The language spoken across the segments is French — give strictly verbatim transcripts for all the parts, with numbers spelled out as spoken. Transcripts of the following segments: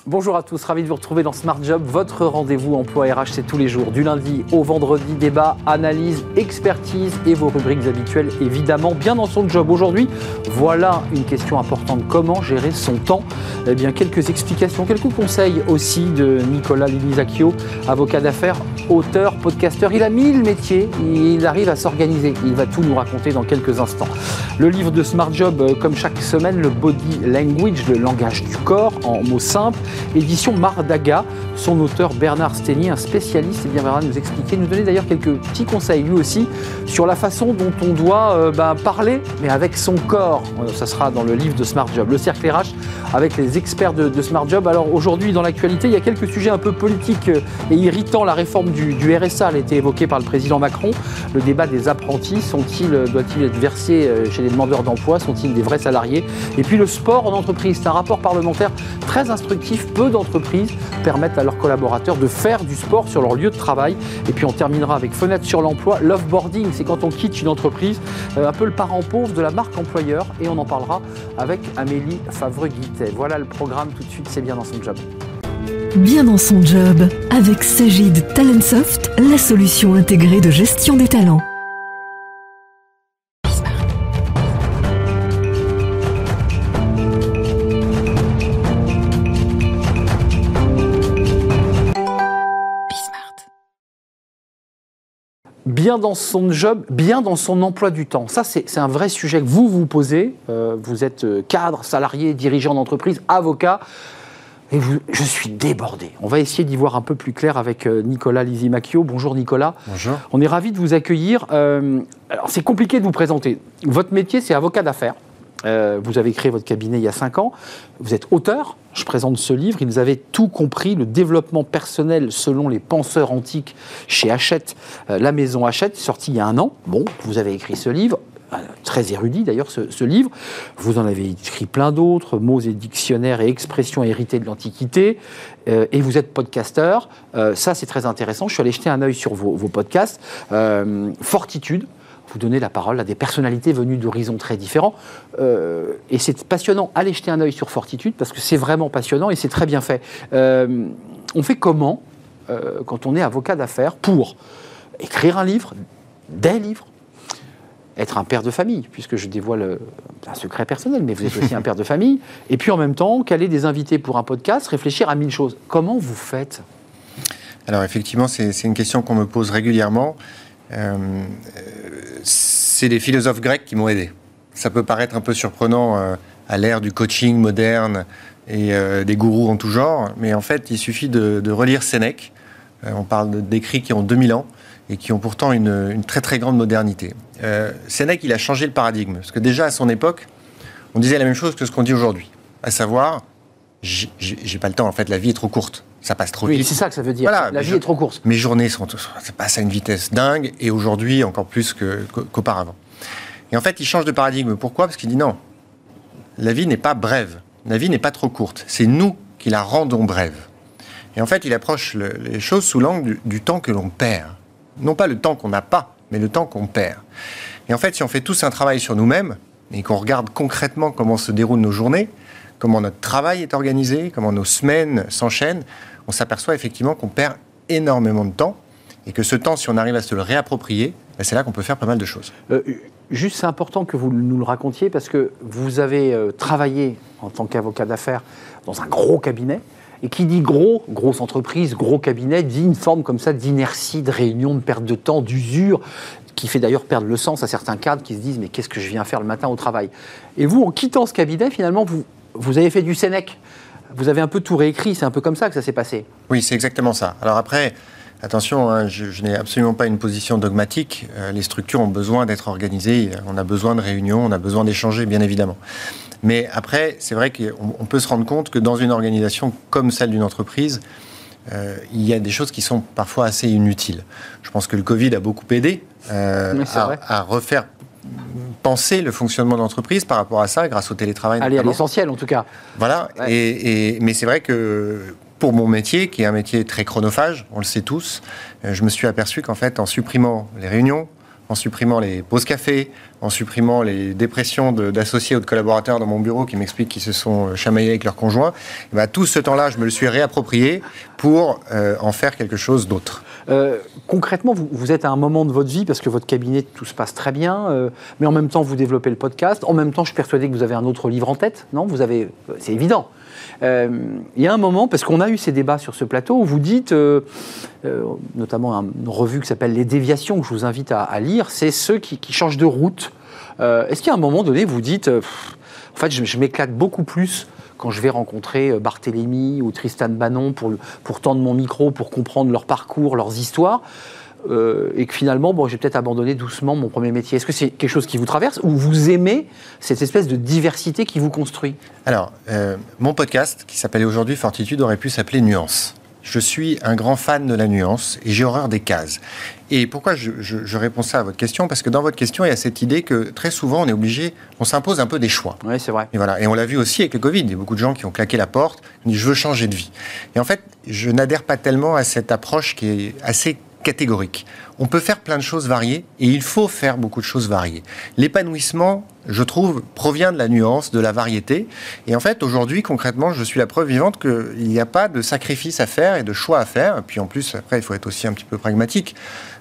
Bonjour à tous, ravi de vous retrouver dans Smart Job. Votre rendez-vous emploi R H, c'est tous les jours, du lundi au vendredi, débat, analyse, expertise et vos rubriques habituelles, évidemment, bien dans son job. Aujourd'hui, voilà une question importante, comment gérer son temps? Eh bien, quelques explications, quelques conseils aussi de Nicolas Limisacchio, avocat d'affaires, auteur, podcasteur. Il a mille métiers, il arrive à s'organiser. Il va tout nous raconter dans quelques instants. Le livre de Smart Job, comme chaque semaine, le Body Language, le langage du corps, en mots simples. Édition Mardaga, son auteur Bernard Sténier, un spécialiste, eh bien, viendra nous expliquer, nous donner d'ailleurs quelques petits conseils lui aussi sur la façon dont on doit euh, ben, parler, mais avec son corps. Ça sera dans le livre de Smart Job. Le cercle R H avec les experts de, de Smart Job. Alors aujourd'hui, dans l'actualité, il y a quelques sujets un peu politiques et irritants. La réforme du, du R S A a été évoquée par le président Macron. Le débat des apprentis, sont-ils, doit-il être versé chez les demandeurs d'emploi? Sont-ils des vrais salariés? Et puis le sport en entreprise, c'est un rapport parlementaire très instructif. Peu d'entreprises permettent à leurs collaborateurs de faire du sport sur leur lieu de travail. Et puis on terminera avec fenêtre sur l'emploi. L'offboarding, c'est quand on quitte une entreprise, euh, un peu le parent pauvre de la marque employeur. Et on en parlera avec Amélie Favreux-Guittet. Voilà le programme tout de suite, c'est bien dans son job. Bien dans son job, avec Sagid Talentsoft, la solution intégrée de gestion des talents. Bien dans son job, bien dans son emploi du temps. Ça, c'est, c'est un vrai sujet que vous vous posez. Euh, vous êtes cadre, salarié, dirigeant d'entreprise, avocat. Et vous, je suis débordé. On va essayer d'y voir un peu plus clair avec Nicolas Limisacchio. Bonjour Nicolas. Bonjour. On est ravis de vous accueillir. Euh, alors, c'est compliqué de vous présenter. Votre métier, c'est avocat d'affaires. Euh, vous avez créé votre cabinet il y a cinq ans. Vous êtes auteur. Je présente ce livre. Ils avaient tout compris, le développement personnel selon les penseurs antiques chez Hachette, euh, la maison Hachette, sorti il y a un an. Bon, vous avez écrit ce livre. Très érudit d'ailleurs ce, ce livre, vous en avez écrit plein d'autres, mots et dictionnaires et expressions héritées de l'Antiquité, euh, et vous êtes podcasteur, euh, ça c'est très intéressant, je suis allé jeter un œil sur vos, vos podcasts, euh, Fortitude, vous donnez la parole à des personnalités venues d'horizons très différents, euh, et c'est passionnant, allez jeter un œil sur Fortitude, parce que c'est vraiment passionnant et c'est très bien fait. Euh, on fait comment, euh, quand on est avocat d'affaires, pour écrire un livre, des livres, être un père de famille, puisque je dévoile un secret personnel, mais vous êtes aussi un père de famille, et puis en même temps, caler des invités pour un podcast, réfléchir à mille choses. Comment vous faites? Alors effectivement, c'est, c'est une question qu'on me pose régulièrement. Euh, c'est des philosophes grecs qui m'ont aidé. Ça peut paraître un peu surprenant euh, à l'ère du coaching moderne et euh, des gourous en tout genre, mais en fait, il suffit de, de relire Sénèque. Euh, on parle de, d'écrits qui ont deux mille ans, et qui ont pourtant une, une très très grande modernité. Euh, Sénèque, il a changé le paradigme, parce que déjà à son époque, on disait la même chose que ce qu'on dit aujourd'hui, à savoir, j'ai, j'ai pas le temps, en fait, la vie est trop courte, ça passe trop oui, vite. Oui, c'est ça que ça veut dire, voilà, la vie je, est trop courte. Mes journées sont, ça passe à une vitesse dingue, et aujourd'hui encore plus que, qu'auparavant. Et en fait, il change de paradigme. Pourquoi? Parce qu'il dit non, la vie n'est pas brève, la vie n'est pas trop courte, c'est nous qui la rendons brève. Et en fait, il approche le, les choses sous l'angle du, du temps que l'on perd. Non pas le temps qu'on n'a pas, mais le temps qu'on perd. Et en fait, si on fait tous un travail sur nous-mêmes, et qu'on regarde concrètement comment se déroulent nos journées, comment notre travail est organisé, comment nos semaines s'enchaînent, on s'aperçoit effectivement qu'on perd énormément de temps, et que ce temps, si on arrive à se le réapproprier, ben c'est là qu'on peut faire pas mal de choses. Euh, juste, c'est important que vous nous le racontiez, parce que vous avez euh, travaillé en tant qu'avocat d'affaires dans un gros cabinet. Et qui dit gros, grosse entreprise, gros cabinet, dit une forme comme ça d'inertie, de réunion, de perte de temps, d'usure, qui fait d'ailleurs perdre le sens à certains cadres qui se disent « mais qu'est-ce que je viens faire le matin au travail ?» Et vous, en quittant ce cabinet, finalement, vous, vous avez fait du Sénèque. Vous avez un peu tout réécrit, c'est un peu comme ça que ça s'est passé. Oui, c'est exactement ça. Alors après, attention, hein, je, je n'ai absolument pas une position dogmatique. Euh, les structures ont besoin d'être organisées, on a besoin de réunions, on a besoin d'échanger, bien évidemment. Mais après, c'est vrai qu'on on peut se rendre compte que dans une organisation comme celle d'une entreprise, euh, il y a des choses qui sont parfois assez inutiles. Je pense que le Covid a beaucoup aidé euh, à, à refaire penser le fonctionnement de l'entreprise par rapport à ça, grâce au télétravail. Aller à l'essentiel, en tout cas. Voilà. Ouais. Et, et, mais c'est vrai que pour mon métier, qui est un métier très chronophage, on le sait tous, je me suis aperçu qu'en fait, en supprimant les réunions, en supprimant les pauses café, en supprimant les dépressions de, d'associés ou de collaborateurs dans mon bureau qui m'expliquent qu'ils se sont chamaillés avec leurs conjoints. Et ben, tout ce temps-là, je me le suis réapproprié pour euh, en faire quelque chose d'autre. Euh, concrètement, vous, vous êtes à un moment de votre vie, parce que votre cabinet, tout se passe très bien, euh, mais en même temps, vous développez le podcast. En même temps, je suis persuadé que vous avez un autre livre en tête, non ? Vous avez, c'est évident. Euh, il y a un moment, parce qu'on a eu ces débats sur ce plateau, où vous dites, euh, euh, notamment une revue qui s'appelle Les Déviations, que je vous invite à, à lire, c'est ceux qui, qui changent de route. Euh, est-ce qu'à un moment donné, vous dites, euh, pff, en fait, je, je m'éclate beaucoup plus quand je vais rencontrer Barthélémy ou Tristan Banon pour, pour tendre mon micro, pour comprendre leur parcours, leurs histoires, euh, et que finalement, bon, j'ai peut-être abandonné doucement mon premier métier. Est-ce que c'est quelque chose qui vous traverse ou vous aimez cette espèce de diversité qui vous construit ? Alors, euh, mon podcast, qui s'appelait aujourd'hui Fortitude, aurait pu s'appeler Nuance. Je suis un grand fan de la nuance et j'ai horreur des cases. Et pourquoi je, je, je réponds ça à votre question ? Parce que dans votre question, il y a cette idée que très souvent, on est obligé, on s'impose un peu des choix. Oui, c'est vrai. Et voilà. Et on l'a vu aussi avec le Covid. Il y a beaucoup de gens qui ont claqué la porte, qui ont dit « je veux changer de vie ». Et en fait, je n'adhère pas tellement à cette approche qui est assez catégorique. On peut faire plein de choses variées et il faut faire beaucoup de choses variées. L'épanouissement, je trouve, provient de la nuance, de la variété. Et en fait, aujourd'hui, concrètement, je suis la preuve vivante qu'il n'y a pas de sacrifice à faire et de choix à faire. Et puis en plus, après, il faut être aussi un petit peu pragmatique.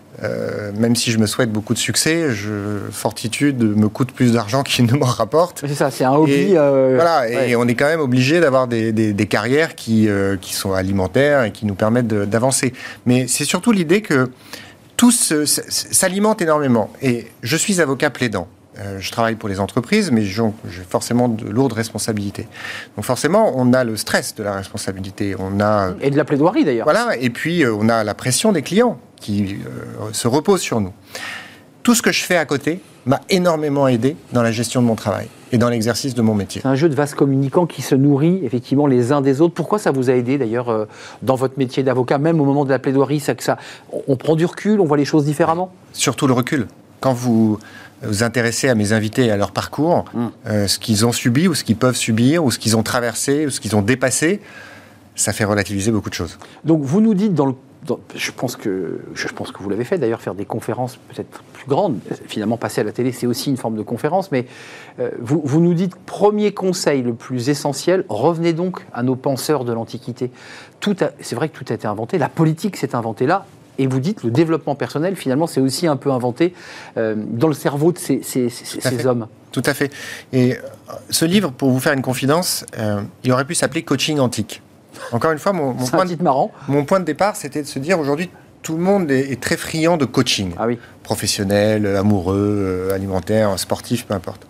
Euh, même si je me souhaite beaucoup de succès, je, Fortitude me coûte plus d'argent qu'il ne m'en rapporte. C'est ça, c'est un hobby. Et, euh, voilà, ouais. Et on est quand même obligé d'avoir des, des, des carrières qui, euh, qui sont alimentaires et qui nous permettent de, d'avancer. Mais c'est surtout l'idée que tout se, s'alimente énormément. Et je suis avocat plaidant. Euh, je travaille pour les entreprises, mais j'ai forcément de lourdes responsabilités. Donc forcément, on a le stress de la responsabilité. On a, et de la plaidoirie, d'ailleurs. Voilà, et puis euh, on a la pression des clients qui euh, se repose sur nous. Tout ce que je fais à côté m'a énormément aidé dans la gestion de mon travail et dans l'exercice de mon métier. C'est un jeu de vases communicants qui se nourrit effectivement les uns des autres. Pourquoi ça vous a aidé d'ailleurs euh, dans votre métier d'avocat, même au moment de la plaidoirie, ça, que ça, on prend du recul, on voit les choses différemment ? Surtout le recul. Quand vous vous intéressez à mes invités et à leur parcours, mmh. euh, ce qu'ils ont subi ou ce qu'ils peuvent subir ou ce qu'ils ont traversé ou ce qu'ils ont dépassé, ça fait relativiser beaucoup de choses. Donc vous nous dites dans le Dans, je, pense que, je pense que vous l'avez fait d'ailleurs, faire des conférences peut-être plus grandes. Finalement, passer à la télé, c'est aussi une forme de conférence. Mais euh, vous, vous nous dites, premier conseil le plus essentiel, revenez donc à nos penseurs de l'Antiquité. Tout a, c'est vrai que tout a été inventé, la politique s'est inventée là. Et vous dites, le développement personnel, finalement, c'est aussi un peu inventé euh, dans le cerveau de ces, ces, ces, ces hommes. Tout à fait. Et euh, ce livre, pour vous faire une confidence, euh, il aurait pu s'appeler Coaching Antique. Encore une fois, mon, mon, point, de, marrant. mon point de départ, c'était de se dire, aujourd'hui, tout le monde est, est très friand de coaching. Ah oui. Professionnel, amoureux, euh, alimentaire, sportif, peu importe.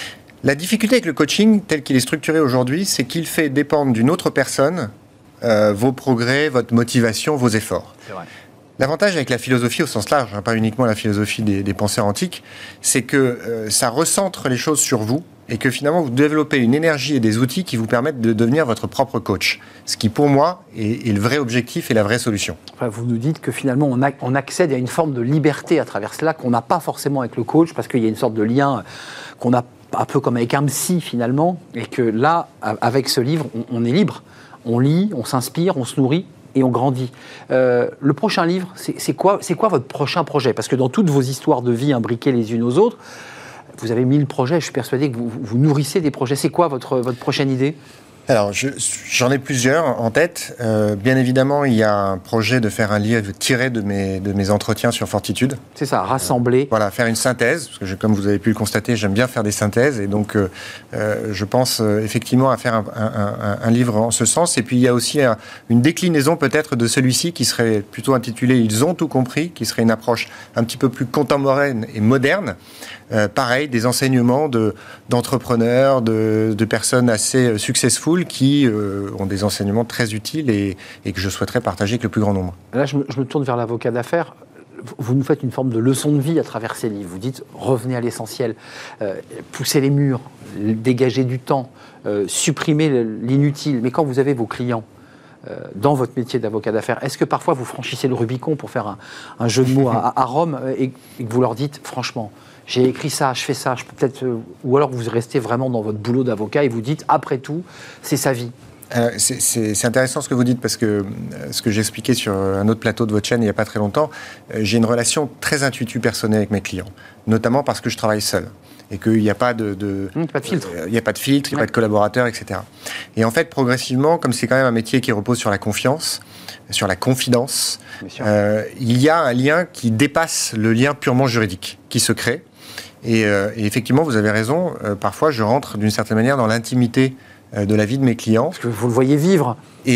La difficulté avec le coaching, tel qu'il est structuré aujourd'hui, c'est qu'il fait dépendre d'une autre personne euh, vos progrès, votre motivation, vos efforts. C'est vrai. L'avantage avec la philosophie au sens large, hein, pas uniquement la philosophie des, des penseurs antiques, c'est que euh, ça recentre les choses sur vous et que finalement vous développez une énergie et des outils qui vous permettent de devenir votre propre coach. Ce qui, pour moi, est, est le vrai objectif et la vraie solution. Enfin, vous nous dites que finalement on, a, on accède à une forme de liberté à travers cela qu'on n'a pas forcément avec le coach parce qu'il y a une sorte de lien qu'on a un peu comme avec un psy finalement et que là, avec ce livre, on, on est libre. On lit, on s'inspire, on se nourrit. Et on grandit. Euh, le prochain livre, c'est, c'est, quoi, c'est quoi votre prochain projet ? Parce que dans toutes vos histoires de vie imbriquées les unes aux autres, vous avez mille projets, je suis persuadé que vous, vous nourrissez des projets. C'est quoi votre, votre prochaine idée ? Alors, je, j'en ai plusieurs en tête. Euh, bien évidemment, il y a un projet de faire un livre tiré de mes, de mes entretiens sur Fortitude. C'est ça, rassembler. Euh, voilà, faire une synthèse, parce que je, comme vous avez pu le constater, j'aime bien faire des synthèses, et donc euh, euh, je pense euh, effectivement à faire un, un, un, un livre en ce sens. Et puis il y a aussi un, une déclinaison peut-être de celui-ci qui serait plutôt intitulé « Ils ont tout compris », qui serait une approche un petit peu plus contemporaine et moderne. Euh, pareil, des enseignements de, d'entrepreneurs, de, de personnes assez successful qui euh, ont des enseignements très utiles et, et que je souhaiterais partager avec le plus grand nombre. Là, je me, je me tourne vers l'avocat d'affaires. Vous nous faites une forme de leçon de vie à travers ces livres. Vous dites, revenez à l'essentiel, euh, poussez les murs, dégagez du temps, euh, supprimez l'inutile. Mais quand vous avez vos clients, euh, dans votre métier d'avocat d'affaires, est-ce que parfois vous franchissez le Rubicon pour faire un, un jeu de mots à, à Rome et, et que vous leur dites, franchement, j'ai écrit ça, je fais ça, je peux peut-être... Euh, ou alors vous restez vraiment dans votre boulot d'avocat et vous dites, après tout, c'est sa vie. Alors, c'est, c'est, c'est intéressant ce que vous dites parce que euh, ce que j'expliquais sur un autre plateau de votre chaîne il n'y a pas très longtemps, euh, j'ai une relation très intuitive personnelle avec mes clients, notamment parce que je travaille seul et qu'il n'y a pas de, de mmh, pas de filtre, euh, il n'y a pas de filtre, il n'y a ouais. pas de collaborateurs, et cetera. Et en fait, progressivement, comme c'est quand même un métier qui repose sur la confiance, sur la confidence, euh, il y a un lien qui dépasse le lien purement juridique qui se crée. Et, euh, et effectivement, vous avez raison. Euh, parfois, je rentre d'une certaine manière dans l'intimité de la vie de mes clients. Parce que vous le voyez vivre.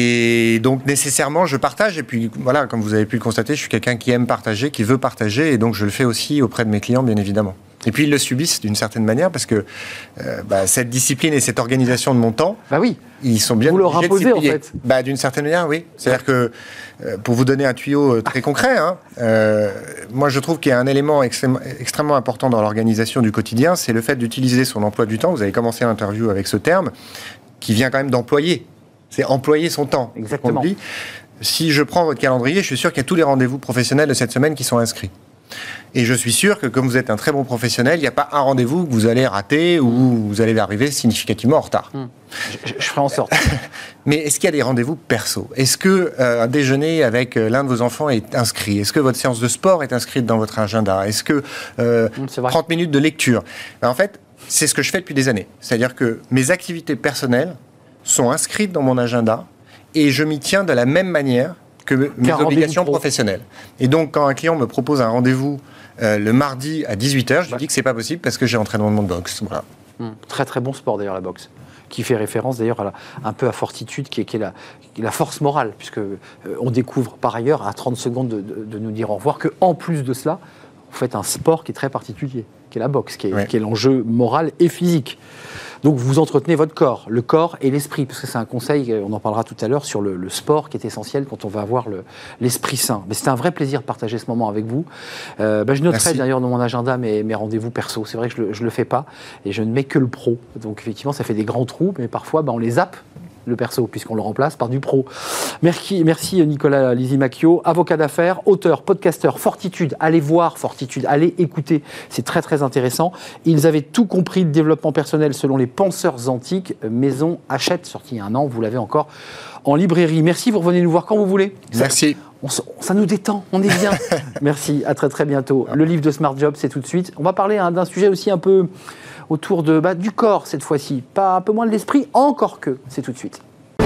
Et donc, nécessairement, je partage. Et puis, voilà, comme vous avez pu le constater, je suis quelqu'un qui aime partager, qui veut partager. Et donc, je le fais aussi auprès de mes clients, bien évidemment. Et puis, ils le subissent d'une certaine manière parce que euh, bah, cette discipline et cette organisation de mon temps, bah oui. ils sont bien vous leur imposez, en fait. Bah, d'une certaine manière, oui. C'est-à-dire que, euh, pour vous donner un tuyau très concret, hein, euh, moi, je trouve qu'il y a un élément extrêmement, extrêmement important dans l'organisation du quotidien, c'est le fait d'utiliser son emploi du temps. Vous avez commencé l'interview avec ce terme, qui vient quand même d'employer. C'est employer son temps. Exactement. On dit. Si je prends votre calendrier, je suis sûr qu'il y a tous les rendez-vous professionnels de cette semaine qui sont inscrits. Et je suis sûr que comme vous êtes un très bon professionnel, il n'y a pas un rendez-vous que vous allez rater ou vous allez arriver significativement en retard. Hum. Je, je ferai en sorte. Mais est-ce qu'il y a des rendez-vous perso ? Est-ce que euh, un déjeuner avec euh, l'un de vos enfants est inscrit ? Est-ce que votre séance de sport est inscrite dans votre agenda ? Est-ce que euh, hum, trente minutes de lecture ? Ben, en fait, c'est ce que je fais depuis des années. C'est-à-dire que mes activités personnelles sont inscrites dans mon agenda et je m'y tiens de la même manière que mes obligations professionnelles. Et donc, quand un client me propose un rendez-vous euh, le mardi à dix-huit heures, je lui dis que c'est pas possible parce que j'ai entraînement de boxe. Voilà. Mmh. Très très bon sport d'ailleurs, la boxe, qui fait référence d'ailleurs à la, un peu à Fortitude, qui est, qui est, la, qui est la force morale, puisque euh, on découvre par ailleurs à trente secondes de, de, de nous dire au revoir qu'en plus de cela, vous faites un sport qui est très particulier, qui est la boxe, qui est, ouais. qui est l'enjeu moral et physique. Donc vous entretenez votre corps, le corps et l'esprit, parce que c'est un conseil, on en parlera tout à l'heure, sur le, le sport qui est essentiel quand on va avoir le, l'esprit sain. Mais c'était un vrai plaisir de partager ce moment avec vous. Euh, bah, je noterai Merci. D'ailleurs dans mon agenda mes, mes rendez-vous perso. C'est vrai que je ne le fais pas et je ne mets que le pro. Donc effectivement, ça fait des grands trous, mais parfois bah, on les zappe, le perso, puisqu'on le remplace par du pro. Merci, merci Nicolas Lysimacchio, avocat d'affaires, auteur, podcasteur, Fortitude. Allez voir Fortitude, allez écouter, c'est très très intéressant. Ils avaient tout compris de développement personnel selon les penseurs antiques. Maison Hachette, sorti il y a un an, vous l'avez encore en librairie. Merci, vous revenez nous voir quand vous voulez. Merci. Ça, on, ça nous détend, on est bien. Merci, à très très bientôt. Le livre de Smart Job, c'est tout de suite. On va parler hein, d'un sujet aussi un peu autour de, bah, du corps cette fois-ci, pas un peu moins de l'esprit, encore que, c'est tout de suite.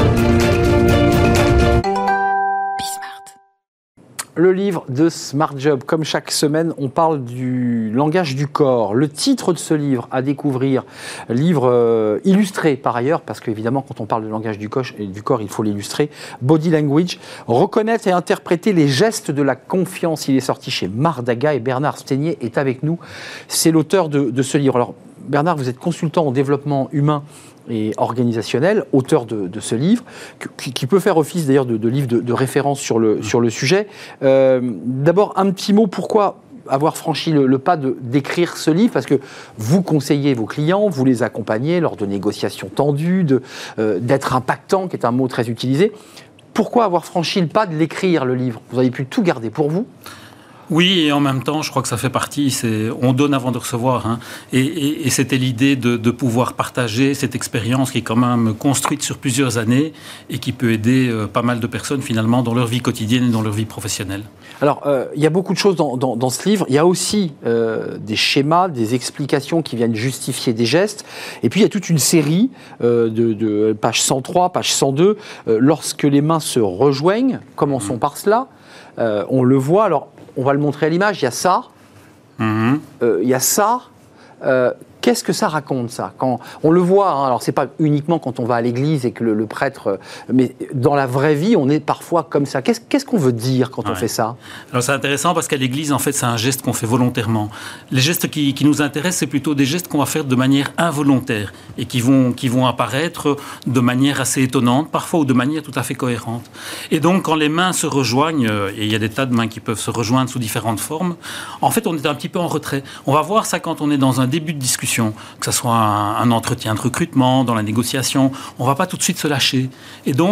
Le livre de Smart Job, comme chaque semaine, on parle du langage du corps. Le titre de ce livre à découvrir, livre euh, illustré par ailleurs, parce qu'évidemment, quand on parle de langage du, coche, du corps, il faut l'illustrer. Body Language, reconnaître et interpréter les gestes de la confiance. Il est sorti chez Mardaga et Bernard Sténier est avec nous. C'est l'auteur de, de ce livre. Alors, Bernard, vous êtes consultant en développement humain et organisationnel, auteur de, de ce livre, qui, qui peut faire office d'ailleurs de, de livre de, de référence sur le, sur le sujet. Euh, d'abord, un petit mot, pourquoi avoir franchi le, le pas de, d'écrire ce livre ? Parce que vous conseillez vos clients, vous les accompagnez lors de négociations tendues, de, euh, d'être impactant, qui est un mot très utilisé. Pourquoi avoir franchi le pas de l'écrire, le livre ? Vous avez pu tout garder pour vous ? Oui, et en même temps, je crois que ça fait partie, c'est, on donne avant de recevoir, hein, et, et, et c'était l'idée de, de pouvoir partager cette expérience qui est quand même construite sur plusieurs années et qui peut aider euh, pas mal de personnes finalement dans leur vie quotidienne et dans leur vie professionnelle. Alors, euh, il y a beaucoup de choses dans, dans, dans ce livre. Il y a aussi euh, des schémas, des explications qui viennent justifier des gestes. Et puis, il y a toute une série euh, de, de page cent trois, page cent deux, euh, lorsque les mains se rejoignent. Commençons mmh. par cela. Euh, on le voit, alors... On va le montrer à l'image, il y a ça, mmh. euh, il y a ça. Euh, qu'est-ce que ça raconte, ça ? Quand on le voit, hein, alors c'est pas uniquement quand on va à l'église et que le, le prêtre... Mais dans la vraie vie, on est parfois comme ça. Qu'est-ce, qu'est-ce qu'on veut dire quand ouais. on fait ça ? Alors c'est intéressant parce qu'à l'église, en fait, c'est un geste qu'on fait volontairement. Les gestes qui, qui nous intéressent, c'est plutôt des gestes qu'on va faire de manière involontaire et qui vont, qui vont apparaître de manière assez étonnante, parfois, ou de manière tout à fait cohérente. Et donc, quand les mains se rejoignent, et il y a des tas de mains qui peuvent se rejoindre sous différentes formes, en fait, on est un petit peu en retrait. On va voir ça quand on est dans un début de discussion, que ce soit un, un entretien de recrutement, dans la négociation, on ne va pas tout de suite se lâcher. Et donc,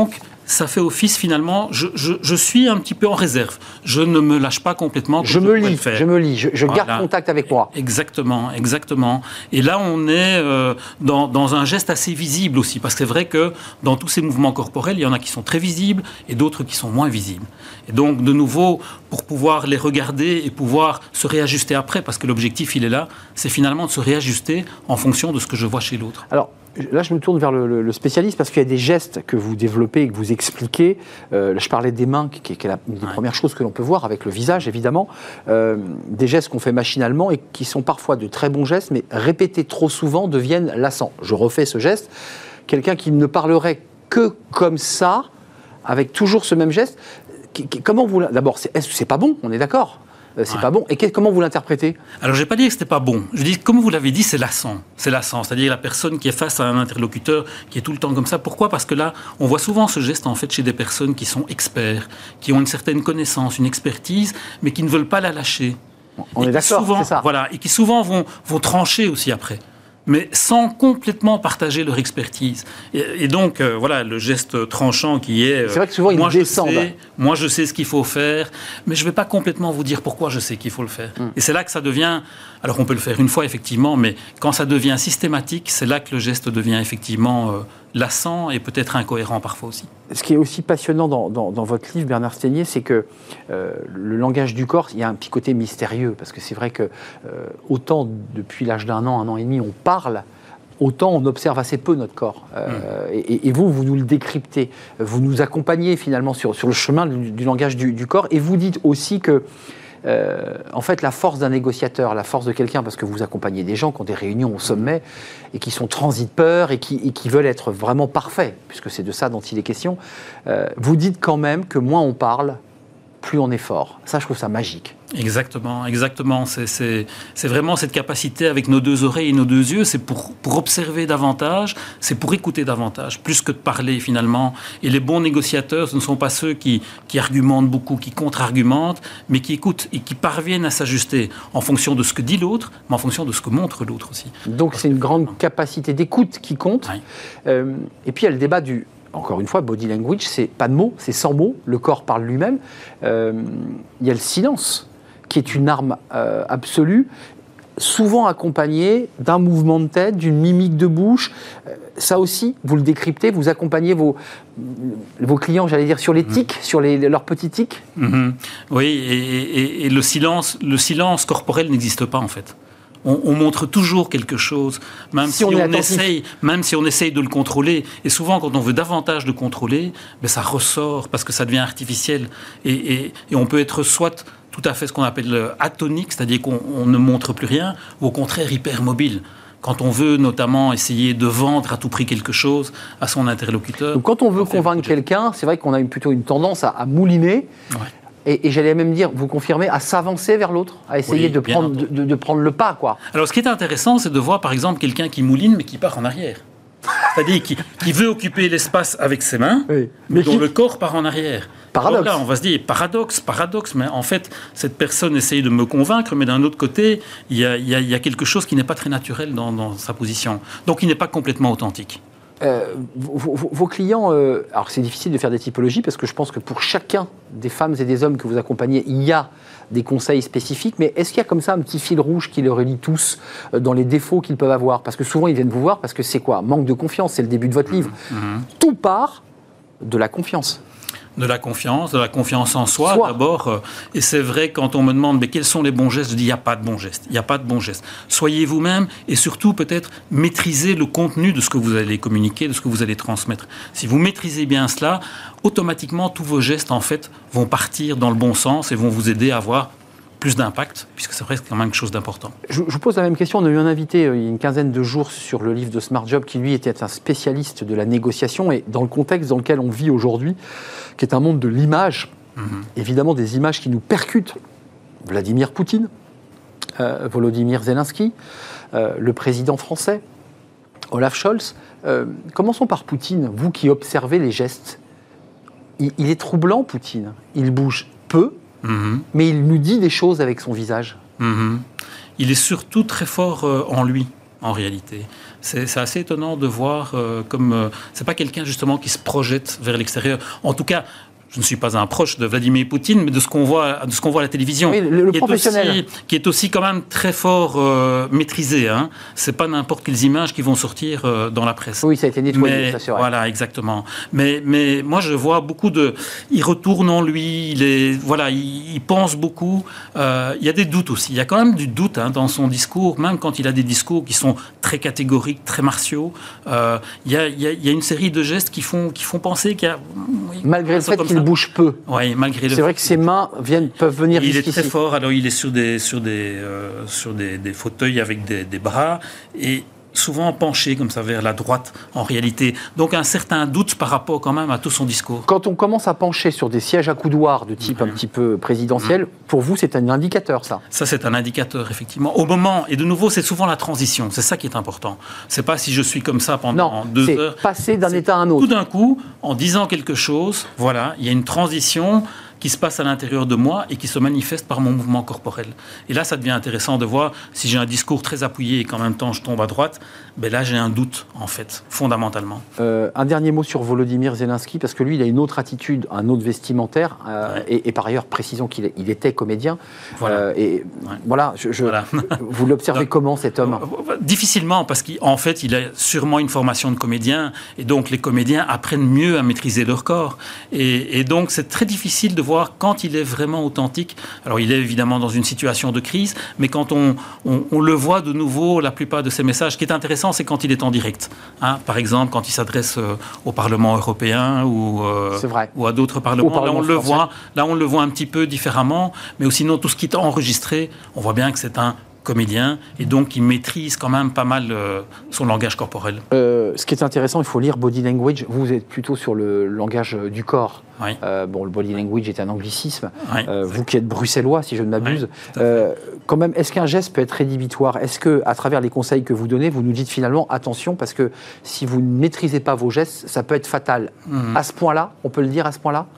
ça fait office finalement, je, je, je suis un petit peu en réserve. Je ne me lâche pas complètement. Je me lis, je me lis, je, je voilà. garde contact avec moi. Exactement, exactement. Et là, on est euh, dans, dans un geste assez visible aussi, parce que c'est vrai que dans tous ces mouvements corporels, il y en a qui sont très visibles et d'autres qui sont moins visibles. Et donc, de nouveau, pour pouvoir les regarder et pouvoir se réajuster après, parce que l'objectif, il est là, c'est finalement de se réajuster en fonction de ce que je vois chez l'autre. Alors, là, je me tourne vers le, le, le spécialiste parce qu'il y a des gestes que vous développez et que vous expliquez. Euh, je parlais des mains, qui, qui est la, une des ouais. premières choses que l'on peut voir avec le visage, évidemment. Euh, des gestes qu'on fait machinalement et qui sont parfois de très bons gestes, mais répétés trop souvent deviennent lassants. Je refais ce geste. Quelqu'un qui ne parlerait que comme ça, avec toujours ce même geste, qui, qui, comment vous... D'abord, c'est, est-ce que c'est pas bon, on est d'accord ? C'est ouais. pas bon. Et que, comment vous l'interprétez ? Alors, je n'ai pas dit que c'était pas bon. Je dis, comme vous l'avez dit, c'est lassant. C'est lassant. C'est-à-dire la personne qui est face à un interlocuteur qui est tout le temps comme ça. Pourquoi ? Parce que là, on voit souvent ce geste en fait chez des personnes qui sont experts, qui ont une certaine connaissance, une expertise, mais qui ne veulent pas la lâcher. On et est d'accord, souvent, c'est ça. Voilà, et qui souvent vont, vont trancher aussi après, mais sans complètement partager leur expertise. Et, et donc, euh, voilà, le geste tranchant qui est... Euh, c'est vrai que souvent, ils descendent. Sais, moi, je sais ce qu'il faut faire, mais je ne vais pas complètement vous dire pourquoi je sais qu'il faut le faire. Mm. Et c'est là que ça devient... Alors, on peut le faire une fois, effectivement, mais quand ça devient systématique, c'est là que le geste devient effectivement euh, lassant et peut-être incohérent parfois aussi. Ce qui est aussi passionnant dans, dans, dans votre livre, Bernard Sténier, c'est que euh, le langage du corps, il y a un petit côté mystérieux, parce que c'est vrai que euh, autant depuis l'âge d'un an, un an et demi, on parle, autant on observe assez peu notre corps. Euh, mmh. et, et vous, vous nous le décryptez, vous nous accompagnez finalement sur, sur le chemin du, du langage du, du corps, et vous dites aussi que Euh, en fait, la force d'un négociateur, la force de quelqu'un, parce que vous accompagnez des gens qui ont des réunions au sommet et qui sont transis de peur et qui, et qui veulent être vraiment parfaits, puisque c'est de ça dont il est question, euh, vous dites quand même que moins on parle, plus on est fort. Ça, je trouve ça magique. Exactement, exactement. C'est, c'est, c'est vraiment cette capacité avec nos deux oreilles et nos deux yeux, c'est pour, pour observer davantage, c'est pour écouter davantage, plus que de parler finalement. Et les bons négociateurs, ce ne sont pas ceux qui, qui argumentent beaucoup, qui contre-argumentent, mais qui écoutent et qui parviennent à s'ajuster en fonction de ce que dit l'autre, mais en fonction de ce que montre l'autre aussi. Donc c'est une grande capacité d'écoute qui compte. Oui. Euh, et puis il y a le débat du... Encore une fois, body language, c'est pas de mots, c'est sans mots, le corps parle lui-même. Euh, il y a le silence, qui est une arme euh, absolue, souvent accompagnée d'un mouvement de tête, d'une mimique de bouche. Euh, ça aussi, vous le décryptez, vous accompagnez vos, vos clients, j'allais dire, sur les tics, mmh. sur les, leurs petits tics. Mmh. Oui, et, et, et le silence, le silence corporel n'existe pas en fait. On, on montre toujours quelque chose, même si, si on, on essaye, même si on essaye de le contrôler. Et souvent, quand on veut davantage le contrôler, ben ça ressort parce que ça devient artificiel. Et, et, et on peut être soit tout à fait ce qu'on appelle atonique, c'est-à-dire qu'on on ne montre plus rien, ou au contraire hypermobile. Quand on veut notamment essayer de vendre à tout prix quelque chose à son interlocuteur. Donc quand on veut convaincre quelqu'un, c'est vrai qu'on a une, plutôt une tendance à, à mouliner. Ouais. Et, et j'allais même dire, vous confirmez, à s'avancer vers l'autre, à essayer oui, de, prendre, de, de, de prendre le pas, quoi. Alors, ce qui est intéressant, c'est de voir, par exemple, quelqu'un qui mouline, mais qui part en arrière. C'est-à-dire qui, qui veut occuper l'espace avec ses mains, oui, mais dont qui... le corps part en arrière. Paradoxe. Alors là, on va se dire, paradoxe, paradoxe, mais en fait, cette personne essaye de me convaincre, mais d'un autre côté, il y a, il y a, il y a quelque chose qui n'est pas très naturel dans, dans sa position. Donc, il n'est pas complètement authentique. Euh, vos, vos, vos clients, euh, alors c'est difficile de faire des typologies parce que je pense que pour chacun des femmes et des hommes que vous accompagnez, il y a des conseils spécifiques, mais est-ce qu'il y a comme ça un petit fil rouge qui les relie tous euh, dans les défauts qu'ils peuvent avoir ? Parce que souvent ils viennent vous voir parce que c'est quoi ? Manque de confiance, c'est le début de votre livre. Mmh. Tout part de la confiance. De la confiance, de la confiance en soi, soi. d'abord. Euh, et c'est vrai, quand on me demande mais quels sont les bons gestes, je dis il n'y a pas de bons gestes. Il n'y a pas de bons gestes. Soyez vous-même et surtout peut-être maîtrisez le contenu de ce que vous allez communiquer, de ce que vous allez transmettre. Si vous maîtrisez bien cela, automatiquement tous vos gestes en fait vont partir dans le bon sens et vont vous aider à avoir plus d'impact, puisque c'est vrai que c'est quand même quelque chose d'important. Je, je vous pose la même question. On a eu un invité euh, il y a une quinzaine de jours sur le livre de Smart Job qui, lui, était un spécialiste de la négociation et dans le contexte dans lequel on vit aujourd'hui, qui est un monde de l'image, mmh. évidemment des images qui nous percutent. Vladimir Poutine, euh, Volodymyr Zelensky, euh, le président français, Olaf Scholz. Euh, commençons par Poutine, vous qui observez les gestes. Il, il est troublant, Poutine. Il bouge peu, Mmh. mais il nous dit des choses avec son visage. Mmh. Il est surtout très fort euh, en lui, en réalité. c'est, c'est assez étonnant de voir euh, comme euh, c'est pas quelqu'un justement qui se projette vers l'extérieur. En tout cas, je ne suis pas un proche de Vladimir Poutine, mais de ce qu'on voit, de ce qu'on voit à la télévision, oui, le, le qui, professionnel. Est aussi, qui est aussi quand même très fort euh, maîtrisé. Hein. C'est pas n'importe quelles images qui vont sortir euh, dans la presse. Oui, ça a été nettoyé, mais, ça c'est vrai. Voilà, exactement. Mais, mais moi, je vois beaucoup de. Il retourne en lui. Il est, voilà, il, il pense beaucoup. Euh, il y a des doutes aussi. Il y a quand même du doute hein, dans son discours, même quand il a des discours qui sont très catégoriques, très martiaux. Euh, il, y a, il, y a, il y a une série de gestes qui font, qui font penser qu'il y a. Malgré le fait qu'il bouge peu. Oui, malgré le C'est vrai que ses mains viennent, peuvent venir il jusqu'ici. Il est très fort. Alors, il est sur des, sur des, euh, sur des, des fauteuils avec des, des bras et souvent penché comme ça vers la droite en réalité. Donc, un certain doute par rapport quand même à tout son discours. Quand on commence à pencher sur des sièges à coudoir de type mmh. un petit peu présidentiel, mmh. pour vous, c'est un indicateur, ça? Ça, c'est un indicateur, effectivement. Au moment, et de nouveau, c'est souvent la transition. C'est ça qui est important. C'est pas si je suis comme ça pendant non, deux heures. C'est passer d'un état à un autre. Tout d'un coup, en disant quelque chose, voilà, il y a une transition qui se passe à l'intérieur de moi et qui se manifeste par mon mouvement corporel. Et là, ça devient intéressant de voir si j'ai un discours très appuyé et qu'en même temps je tombe à droite, ben là j'ai un doute, en fait, fondamentalement. Euh, un dernier mot sur Volodymyr Zelensky, parce que lui, il a une autre attitude, un autre vestimentaire, euh, ouais. et, et par ailleurs, précisons qu'il il était comédien. Voilà. Euh, et ouais. voilà, je, je, voilà. Vous l'observez donc, comment, cet homme? Difficilement, parce qu'en fait, il a sûrement une formation de comédien, et donc les comédiens apprennent mieux à maîtriser leur corps. Et, et donc, c'est très difficile de voir quand il est vraiment authentique. Alors, il est évidemment dans une situation de crise, mais quand on, on, on le voit de nouveau, la plupart de ses messages, ce qui est intéressant, c'est quand il est en direct. Hein, par exemple, quand il s'adresse euh, au Parlement européen ou, euh, ou à d'autres parlements. Là on, le voit, là, on le voit un petit peu différemment, mais sinon, tout ce qui est enregistré, on voit bien que c'est un comédien, et donc il maîtrise quand même pas mal euh, son langage corporel. Euh, ce qui est intéressant, il faut lire Body Language. Vous êtes plutôt sur le langage du corps. Oui. Euh, bon, le Body Language est un anglicisme. Oui, euh, vous qui êtes bruxellois, si je ne m'abuse, oui, euh, quand même, est-ce qu'un geste peut être rédhibitoire? Est-ce que, à travers les conseils que vous donnez, vous nous dites finalement attention, parce que si vous ne maîtrisez pas vos gestes, ça peut être fatal. Mm-hmm. À ce point-là, on peut le dire à ce point-là?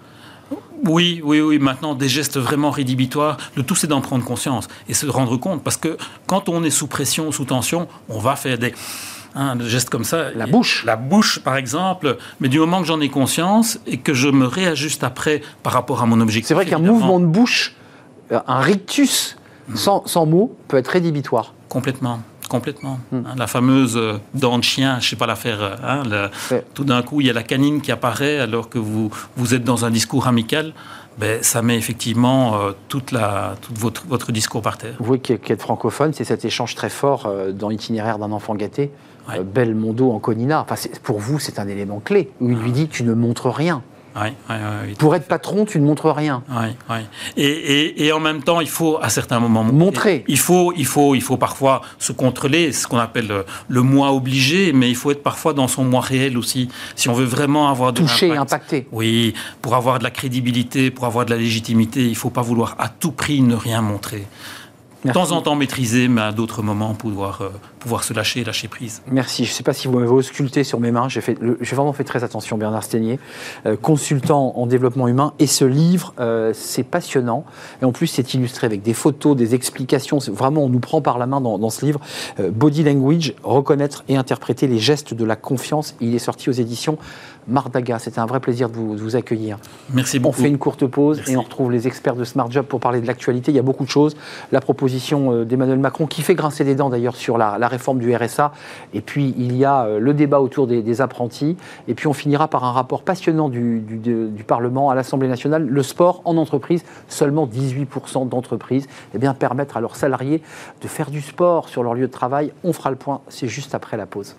Oui, oui, oui. Maintenant, des gestes vraiment rédhibitoires, le tout, c'est d'en prendre conscience et se rendre compte. Parce que quand on est sous pression, sous tension, on va faire des, hein, des gestes comme ça. La bouche. La bouche, par exemple. Mais du moment que j'en ai conscience et que je me réajuste après par rapport à mon objectif. C'est vrai qu'un évidemment. mouvement de bouche, un rictus sans, sans mots, peut être rédhibitoire. Complètement. Complètement. Hum. Hein, la fameuse euh, dent de chien, je ne sais pas la faire. Hein, le, ouais. Tout d'un coup, il y a la canine qui apparaît alors que vous, vous êtes dans un discours amical. Ben, ça met effectivement euh, toute la, tout votre, votre discours par terre. Vous qui êtes francophone, c'est cet échange très fort euh, dans l'itinéraire d'un enfant gâté. Ouais. Euh, Belmondo en Conina. Enfin, pour vous, c'est un élément clé où il lui dit « tu ne montres rien ». Oui, oui, oui, pour être patron, tu ne montres rien. Oui, oui. Et, et, et en même temps, il faut à certains moments montrer. Il faut, il faut, il faut parfois se contrôler, ce qu'on appelle le, le moi obligé, mais il faut être parfois dans son moi réel aussi. Si on veut vraiment avoir de toucher, l'impact, impacter. Oui, pour avoir de la crédibilité, pour avoir de la légitimité, il ne faut pas vouloir à tout prix ne rien montrer. De temps en temps maîtriser, mais à d'autres moments pouvoir, euh, pouvoir se lâcher, lâcher prise. Merci. Je ne sais pas si vous m'avez ausculté sur mes mains. J'ai, fait le, j'ai vraiment fait très attention, Bernard Sténier, euh, consultant en développement humain. Et ce livre, euh, c'est passionnant. Et en plus, c'est illustré avec des photos, des explications. C'est, vraiment, on nous prend par la main dans, dans ce livre. Euh, Body Language, reconnaître et interpréter les gestes de la confiance. Il est sorti aux éditions Mardaga. C'était un vrai plaisir de vous, de vous accueillir. Merci beaucoup. On fait une courte pause. Merci. Et on retrouve les experts de Smart Job pour parler de l'actualité. Il y a beaucoup de choses. La proposition d'Emmanuel Macron, qui fait grincer des dents d'ailleurs sur la, la réforme du R S A. Et puis, il y a le débat autour des, des apprentis. Et puis, on finira par un rapport passionnant du, du, du Parlement à l'Assemblée nationale. Le sport en entreprise, seulement dix-huit pour cent d'entreprises eh bien, permettre à leurs salariés de faire du sport sur leur lieu de travail. On fera le point, c'est juste après la pause.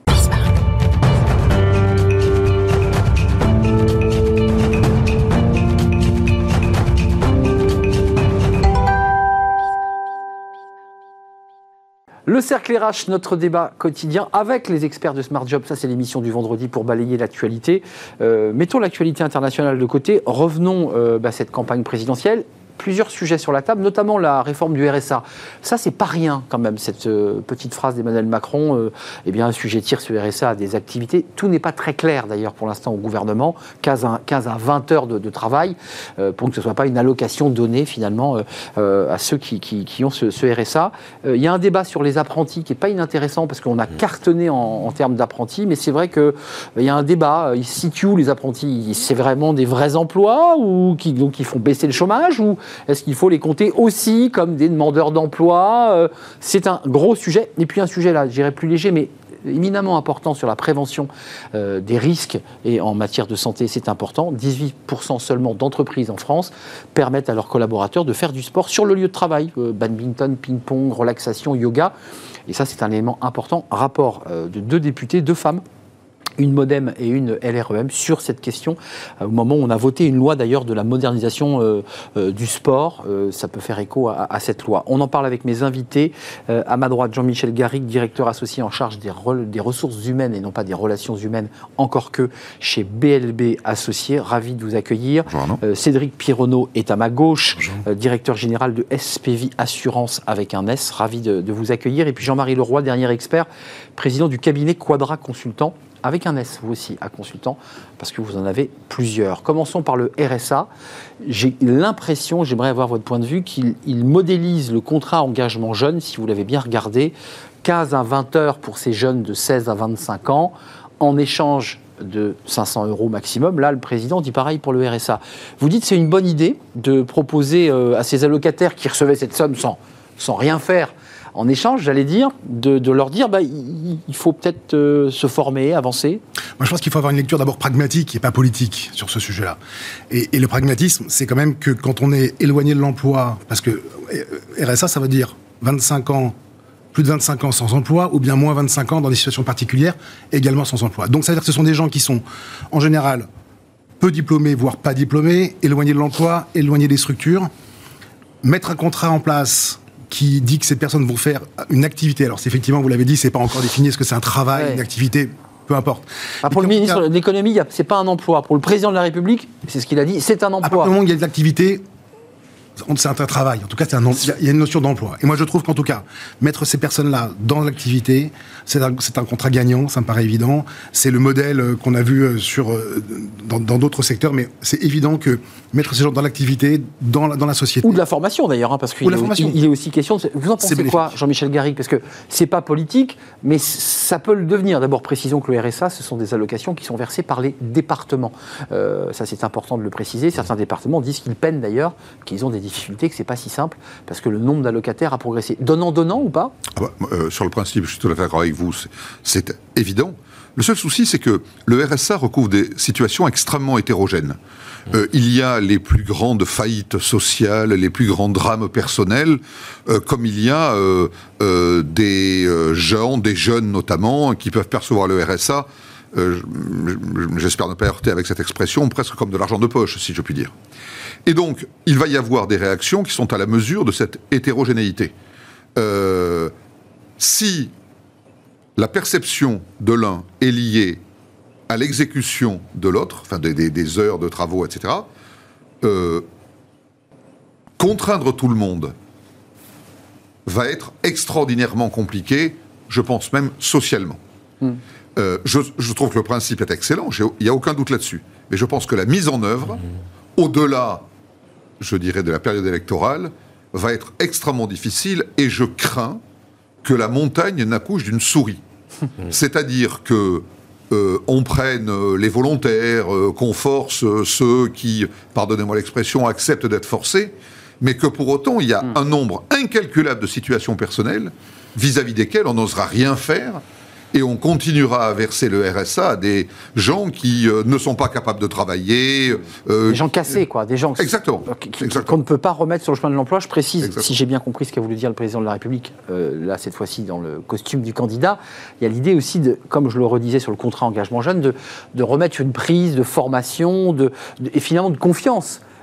Le Cercle R H, notre débat quotidien avec les experts de Smart Job. Ça, c'est l'émission du vendredi pour balayer l'actualité. Euh, mettons l'actualité internationale de côté. Revenons euh, à bah, cette campagne présidentielle. plusieurs sujets sur la table, notamment la réforme du R S A. Ça, c'est pas rien quand même, cette euh, petite phrase d'Emmanuel Macron. Euh, eh bien, assujettir ce R S A à des activités. Tout n'est pas très clair d'ailleurs pour l'instant au gouvernement. quinze à vingt heures de, de travail euh, pour que ce ne soit pas une allocation donnée finalement euh, euh, à ceux qui, qui, qui ont ce, ce R S A. Il euh, y a un débat sur les apprentis qui n'est pas inintéressant parce qu'on a cartonné en, en termes d'apprentis, mais c'est vrai qu'il euh, y a un débat. Ils se situent où les apprentis? C'est vraiment des vrais emplois ou qui, donc, qui font baisser le chômage, ou est-ce qu'il faut les compter aussi comme des demandeurs d'emploi? euh, C'est un gros sujet. Et puis un sujet là, je dirais plus léger, mais éminemment important sur la prévention euh, des risques et en matière de santé, c'est important. dix-huit pour cent seulement d'entreprises en France permettent à leurs collaborateurs de faire du sport sur le lieu de travail. Euh, badminton, ping-pong, relaxation, yoga. Et ça, c'est un élément important. Rapport euh, de deux députés, deux femmes, une MoDem et une L R E M sur cette question, euh, au moment où on a voté une loi d'ailleurs de la modernisation euh, euh, du sport. Euh, ça peut faire écho à, à cette loi. On en parle avec mes invités. Euh, à ma droite, Jean-Michel Garrigue, directeur associé en charge des, re- des ressources humaines et non pas des relations humaines, encore que chez B L B Associés. Ravi de vous accueillir. Euh, Cédric Pironneau est à ma gauche, euh, directeur général de S P V Assurance avec un S. Ravi de, de vous accueillir. Et puis Jean-Marie Leroy, dernier expert, président du cabinet Quadra Consultant, avec un S, vous aussi, à consultant, parce que vous en avez plusieurs. Commençons par le R S A. J'ai l'impression, j'aimerais avoir votre point de vue, qu'il il modélise le contrat engagement jeune, si vous l'avez bien regardé, quinze à vingt heures pour ces jeunes de seize à vingt-cinq ans, en échange de cinq cents euros maximum. Là, le président dit pareil pour le R S A. Vous dites que c'est une bonne idée de proposer euh, à ces allocataires qui recevaient cette somme sans, sans rien faire, en échange, j'allais dire, de, de leur dire, bah, il, il faut peut-être euh, se former, avancer. Moi, je pense qu'il faut avoir une lecture d'abord pragmatique et pas politique sur ce sujet-là. Et, et le pragmatisme, c'est quand même que quand on est éloigné de l'emploi, parce que R S A, ça veut dire vingt-cinq ans, plus de vingt-cinq ans sans emploi, ou bien moins vingt-cinq ans dans des situations particulières, également sans emploi. Donc, ça veut dire que ce sont des gens qui sont, en général, peu diplômés, voire pas diplômés, éloignés de l'emploi, éloignés des structures. Mettre un contrat en place qui dit que ces personnes vont faire une activité. Alors, c'est effectivement, vous l'avez dit, c'est pas encore défini, est-ce que c'est un travail, ouais. une activité, peu importe. Ah, pour le ministre cas, de l'économie, c'est pas un emploi. Pour le président de la République, c'est ce qu'il a dit, c'est un emploi. À partir du moment où il y a de l'activité, c'est un travail. En tout cas, c'est un, il y a une notion d'emploi. Et moi, je trouve qu'en tout cas, mettre ces personnes-là dans l'activité, c'est un, c'est un contrat gagnant, ça me paraît évident. C'est le modèle qu'on a vu sur, dans, dans d'autres secteurs, mais c'est évident que mettre ces gens dans l'activité, dans la, dans la société. Ou de la formation d'ailleurs, hein, parce qu'il est, il est aussi question. De, vous en pensez quoi, Jean-Michel Garrigue? Parce que c'est pas politique, mais ça peut le devenir. D'abord, précisons que le R S A, ce sont des allocations qui sont versées par les départements. Euh, ça, c'est important de le préciser. Certains départements disent qu'ils peinent d'ailleurs, qu'ils ont des difficultés, que c'est pas si simple, parce que le nombre d'allocataires a progressé. Donnant-donnant ou pas? ah bah, euh, Sur le principe, je suis tout à fait d'accord avec vous, c'est, c'est évident. Le seul souci, c'est que le R S A recouvre des situations extrêmement hétérogènes. Euh, il y a les plus grandes faillites sociales, les plus grands drames personnels, euh, comme il y a euh, euh, des euh, gens, des jeunes notamment, qui peuvent percevoir le R S A, euh, j'espère ne pas heurter avec cette expression, presque comme de l'argent de poche, si je puis dire. Et donc, il va y avoir des réactions qui sont à la mesure de cette hétérogénéité. Euh, si la perception de l'un est liée à l'exécution de l'autre, enfin des, des, des heures de travaux, et cetera, euh, contraindre tout le monde va être extraordinairement compliqué, je pense même socialement. Mmh. Euh, je, je trouve que le principe est excellent, il n'y a aucun doute là-dessus. Mais je pense que la mise en œuvre, mmh. au-delà, je dirais, de la période électorale, va être extrêmement difficile, et je crains que la montagne n'accouche d'une souris. Mmh. C'est-à-dire que Euh, on prenne euh, les volontaires, euh, qu'on force euh, ceux qui, pardonnez-moi l'expression, acceptent d'être forcés, mais que pour autant, il y a mmh. un nombre incalculable de situations personnelles vis-à-vis desquelles on n'osera rien faire, et on continuera à verser le R S A à des gens qui euh, ne sont pas capables de travailler. Euh, des gens cassés, quoi. Des gens Exactement. Qui, qui, Exactement. qu'on ne peut pas remettre sur le chemin de l'emploi. Je précise, Exactement. Si j'ai bien compris ce qu'a voulu dire le président de la République, euh, là, cette fois-ci, dans le costume du candidat, il y a l'idée aussi, de, comme je le redisais sur le contrat engagement jeune, de, de remettre une prise de formation de, de, et finalement de confiance.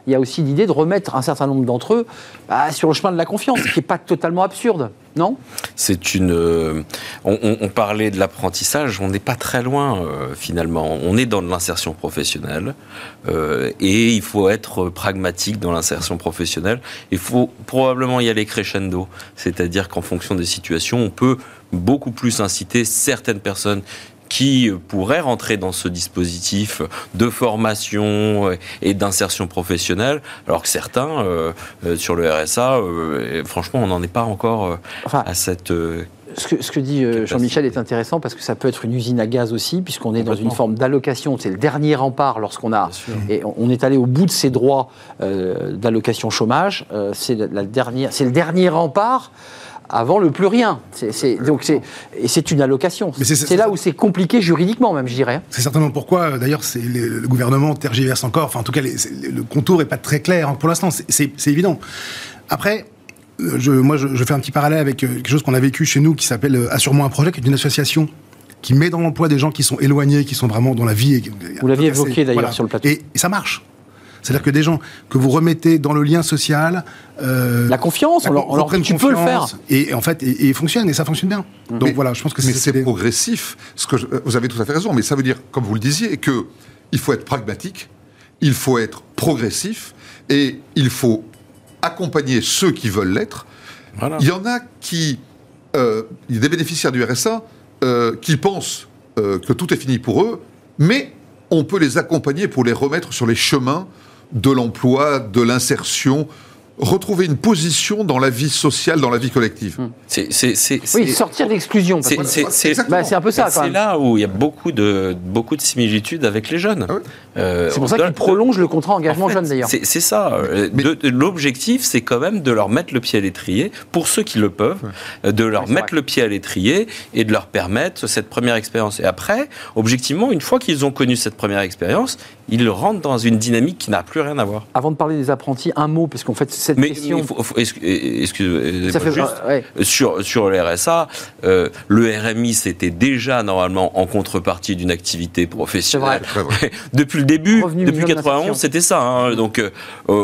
il y a aussi l'idée de remettre un certain nombre d'entre eux bah, sur le chemin de la confiance, ce qui n'est pas totalement absurde, non ? C'est une... Euh, on, on, on parlait de l'apprentissage, on n'est pas très loin, euh, finalement. On est dans de l'insertion professionnelle, euh, et il faut être pragmatique dans l'insertion professionnelle. Il faut probablement y aller crescendo, c'est-à-dire qu'en fonction des situations, on peut beaucoup plus inciter certaines personnes qui pourraient rentrer dans ce dispositif de formation et d'insertion professionnelle, alors que certains, euh, sur le R S A, euh, franchement, on n'en est pas encore euh, enfin, à cette... Euh, ce, que, ce que dit euh, Jean-Michel est intéressant, parce que ça peut être une usine à gaz aussi, puisqu'on est dans une forme d'allocation, c'est le dernier rempart lorsqu'on a... Et on est allé au bout de ses droits euh, d'allocation chômage, euh, c'est, la dernière, c'est le dernier rempart avant le plus rien. C'est, c'est, donc c'est, et c'est une allocation. C'est, c'est, c'est, c'est là où c'est compliqué juridiquement, même, je dirais. C'est certainement pourquoi, d'ailleurs, c'est, les, le gouvernement tergiverse encore. Enfin, en tout cas, les, le contour n'est pas très clair. Pour l'instant, c'est, c'est, c'est évident. Après, je, moi, je, je fais un petit parallèle avec quelque chose qu'on a vécu chez nous qui s'appelle Assure-moi un projet, qui est une association qui met dans l'emploi des gens qui sont éloignés, qui sont vraiment dans la vie. Et, vous l'aviez évoqué, d'ailleurs, voilà, sur le plateau. Et, et ça marche. C'est-à-dire que des gens que vous remettez dans le lien social... Euh, la confiance, la, on leur, on leur dit tu peux le faire. Et, et en fait, et, et fonctionne, et ça fonctionne bien. Mmh. Donc mais, voilà, je pense que mais c'est... c'est des... progressif. Ce que je, vous avez tout à fait raison, mais ça veut dire, comme vous le disiez, qu'il faut être pragmatique, il faut être progressif, et il faut accompagner ceux qui veulent l'être. Voilà. Il y en a qui... Euh, il y a des bénéficiaires du R S A euh, qui pensent euh, que tout est fini pour eux, mais on peut les accompagner pour les remettre sur les chemins de l'emploi, de l'insertion, retrouver une position dans la vie sociale, dans la vie collective. C'est, c'est, c'est, oui, sortir de l'exclusion. C'est, voilà. c'est, c'est, bah, c'est un peu ça. C'est là où il y a beaucoup de, beaucoup de similitudes avec les jeunes. Ah oui. euh, c'est pour ça qu'ils prolongent le contrat engagement en fait, jeune, d'ailleurs. C'est, c'est ça. Mais, de, de, l'objectif, c'est quand même de leur mettre le pied à l'étrier, pour ceux qui le peuvent, ouais. de leur ouais, mettre vrai. le pied à l'étrier et de leur permettre cette première expérience. Et après, objectivement, une fois qu'ils ont connu cette première expérience, ils rentrent dans une dynamique qui n'a plus rien à voir. Avant de parler des apprentis, un mot, parce qu'en fait, cette mais, question... Mais faut, faut, excusez-moi, ça fait juste, ouais. sur, sur le R S A, euh, le R M I, c'était déjà normalement en contrepartie d'une activité professionnelle. C'est vrai. Depuis le début, Revenu depuis quatre-vingt-onze, c'était ça. Hein, donc... Euh, euh,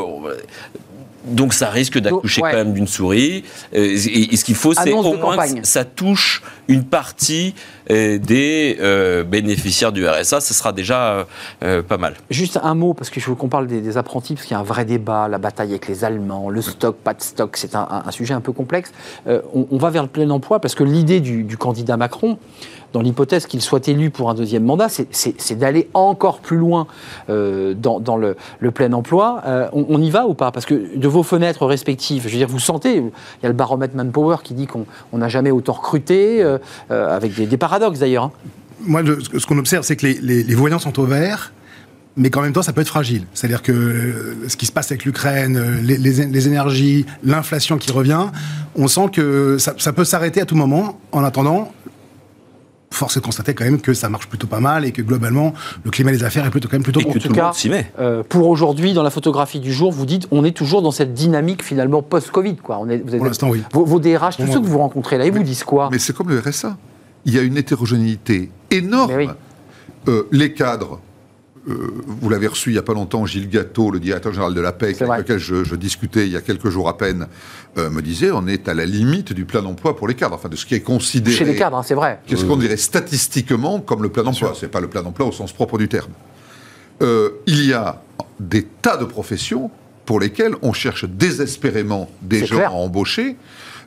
Donc ça risque d'accoucher ouais. quand même d'une souris. Et, et ce qu'il faut, c'est Annonce au moins campagne. que ça touche une partie euh, des euh, bénéficiaires du R S A. Ce sera déjà euh, pas mal. Juste un mot, parce que je veux qu'on parle des, des apprentis, parce qu'il y a un vrai débat, la bataille avec les Allemands, le stock, pas de stock, c'est un, un, un sujet un peu complexe. Euh, on, on va vers le plein emploi, parce que l'idée du, du candidat Macron, dans l'hypothèse qu'il soit élu pour un deuxième mandat, c'est, c'est, c'est d'aller encore plus loin euh, dans, dans le, le plein emploi. Euh, on, on y va ou pas ? Parce que de vos fenêtres respectives, je veux dire, vous sentez, il y a le baromètre Manpower qui dit qu'on n'a jamais autant recruté, euh, euh, avec des, des paradoxes d'ailleurs. Hein. Moi, le, ce qu'on observe, c'est que les, les, les voyants sont au vert, mais qu'en même temps, ça peut être fragile. C'est-à-dire que euh, ce qui se passe avec l'Ukraine, les, les, les énergies, l'inflation qui revient, on sent que ça, ça peut s'arrêter à tout moment. En attendant, force est de constater quand même que ça marche plutôt pas mal et que globalement, le climat des affaires est plutôt quand même plutôt bon. En tout cas, s'y met. Euh, pour aujourd'hui, dans la photographie du jour, vous dites, on est toujours dans cette dynamique finalement post-Covid, quoi. On est, vous êtes, pour l'instant, oui. Vos, vos D R H, tous ceux que vous rencontrez là, ils mais, vous disent quoi ? Mais c'est comme le R S A. Il y a une hétérogénéité énorme. Oui. Euh, les cadres, euh, vous l'avez reçu il n'y a pas longtemps, Gilles Gatteau, le directeur général de l'A P E C, c'est avec vrai. lequel je, je discutais il y a quelques jours à peine, euh, me disait on est à la limite du plein emploi pour les cadres, enfin de ce qui est considéré... Chez les cadres, hein, c'est vrai. Qu'est-ce qu'on dirait statistiquement comme le plein emploi. Ce n'est pas le plein emploi au sens propre du terme. Euh, il y a des tas de professions pour lesquelles on cherche désespérément des c'est gens clair. à embaucher.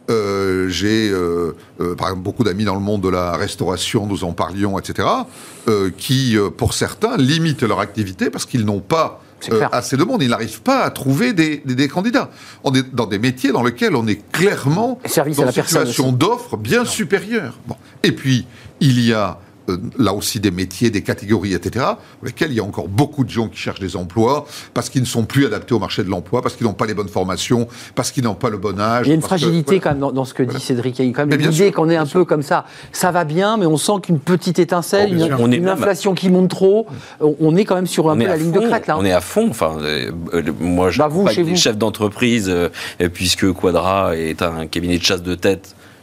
Euh, j'ai, euh, euh, par exemple, beaucoup d'amis dans le monde de la restauration, nous en parlions, et cetera, euh, qui, euh, pour certains, limitent leur activité parce qu'ils n'ont pas euh, assez de monde. Ils n'arrivent pas à trouver des, des, des candidats. On est dans des métiers dans lesquels on est clairement Service dans à la une situation d'offre bien non. supérieure. Bon. Et puis, il y a... Euh, là aussi des métiers, des catégories, et cetera, pour lesquels il y a encore beaucoup de gens qui cherchent des emplois, parce qu'ils ne sont plus adaptés au marché de l'emploi, parce qu'ils n'ont pas les bonnes formations, parce qu'ils n'ont pas le bon âge. Il y a une fragilité que, voilà. quand même dans, dans ce que dit voilà. Cédric. Il y a quand même l'idée qu'on est un peu comme ça. Ça va bien, mais on sent qu'une petite étincelle, oh, une, on une inflation même... qui monte trop, on est quand même sur un on peu la ligne fond, de crête là. On est à fond. Enfin, euh, moi, je bah vous, pas des vous. chefs d'entreprise, euh, puisque Quadra est un cabinet de chasse de tête.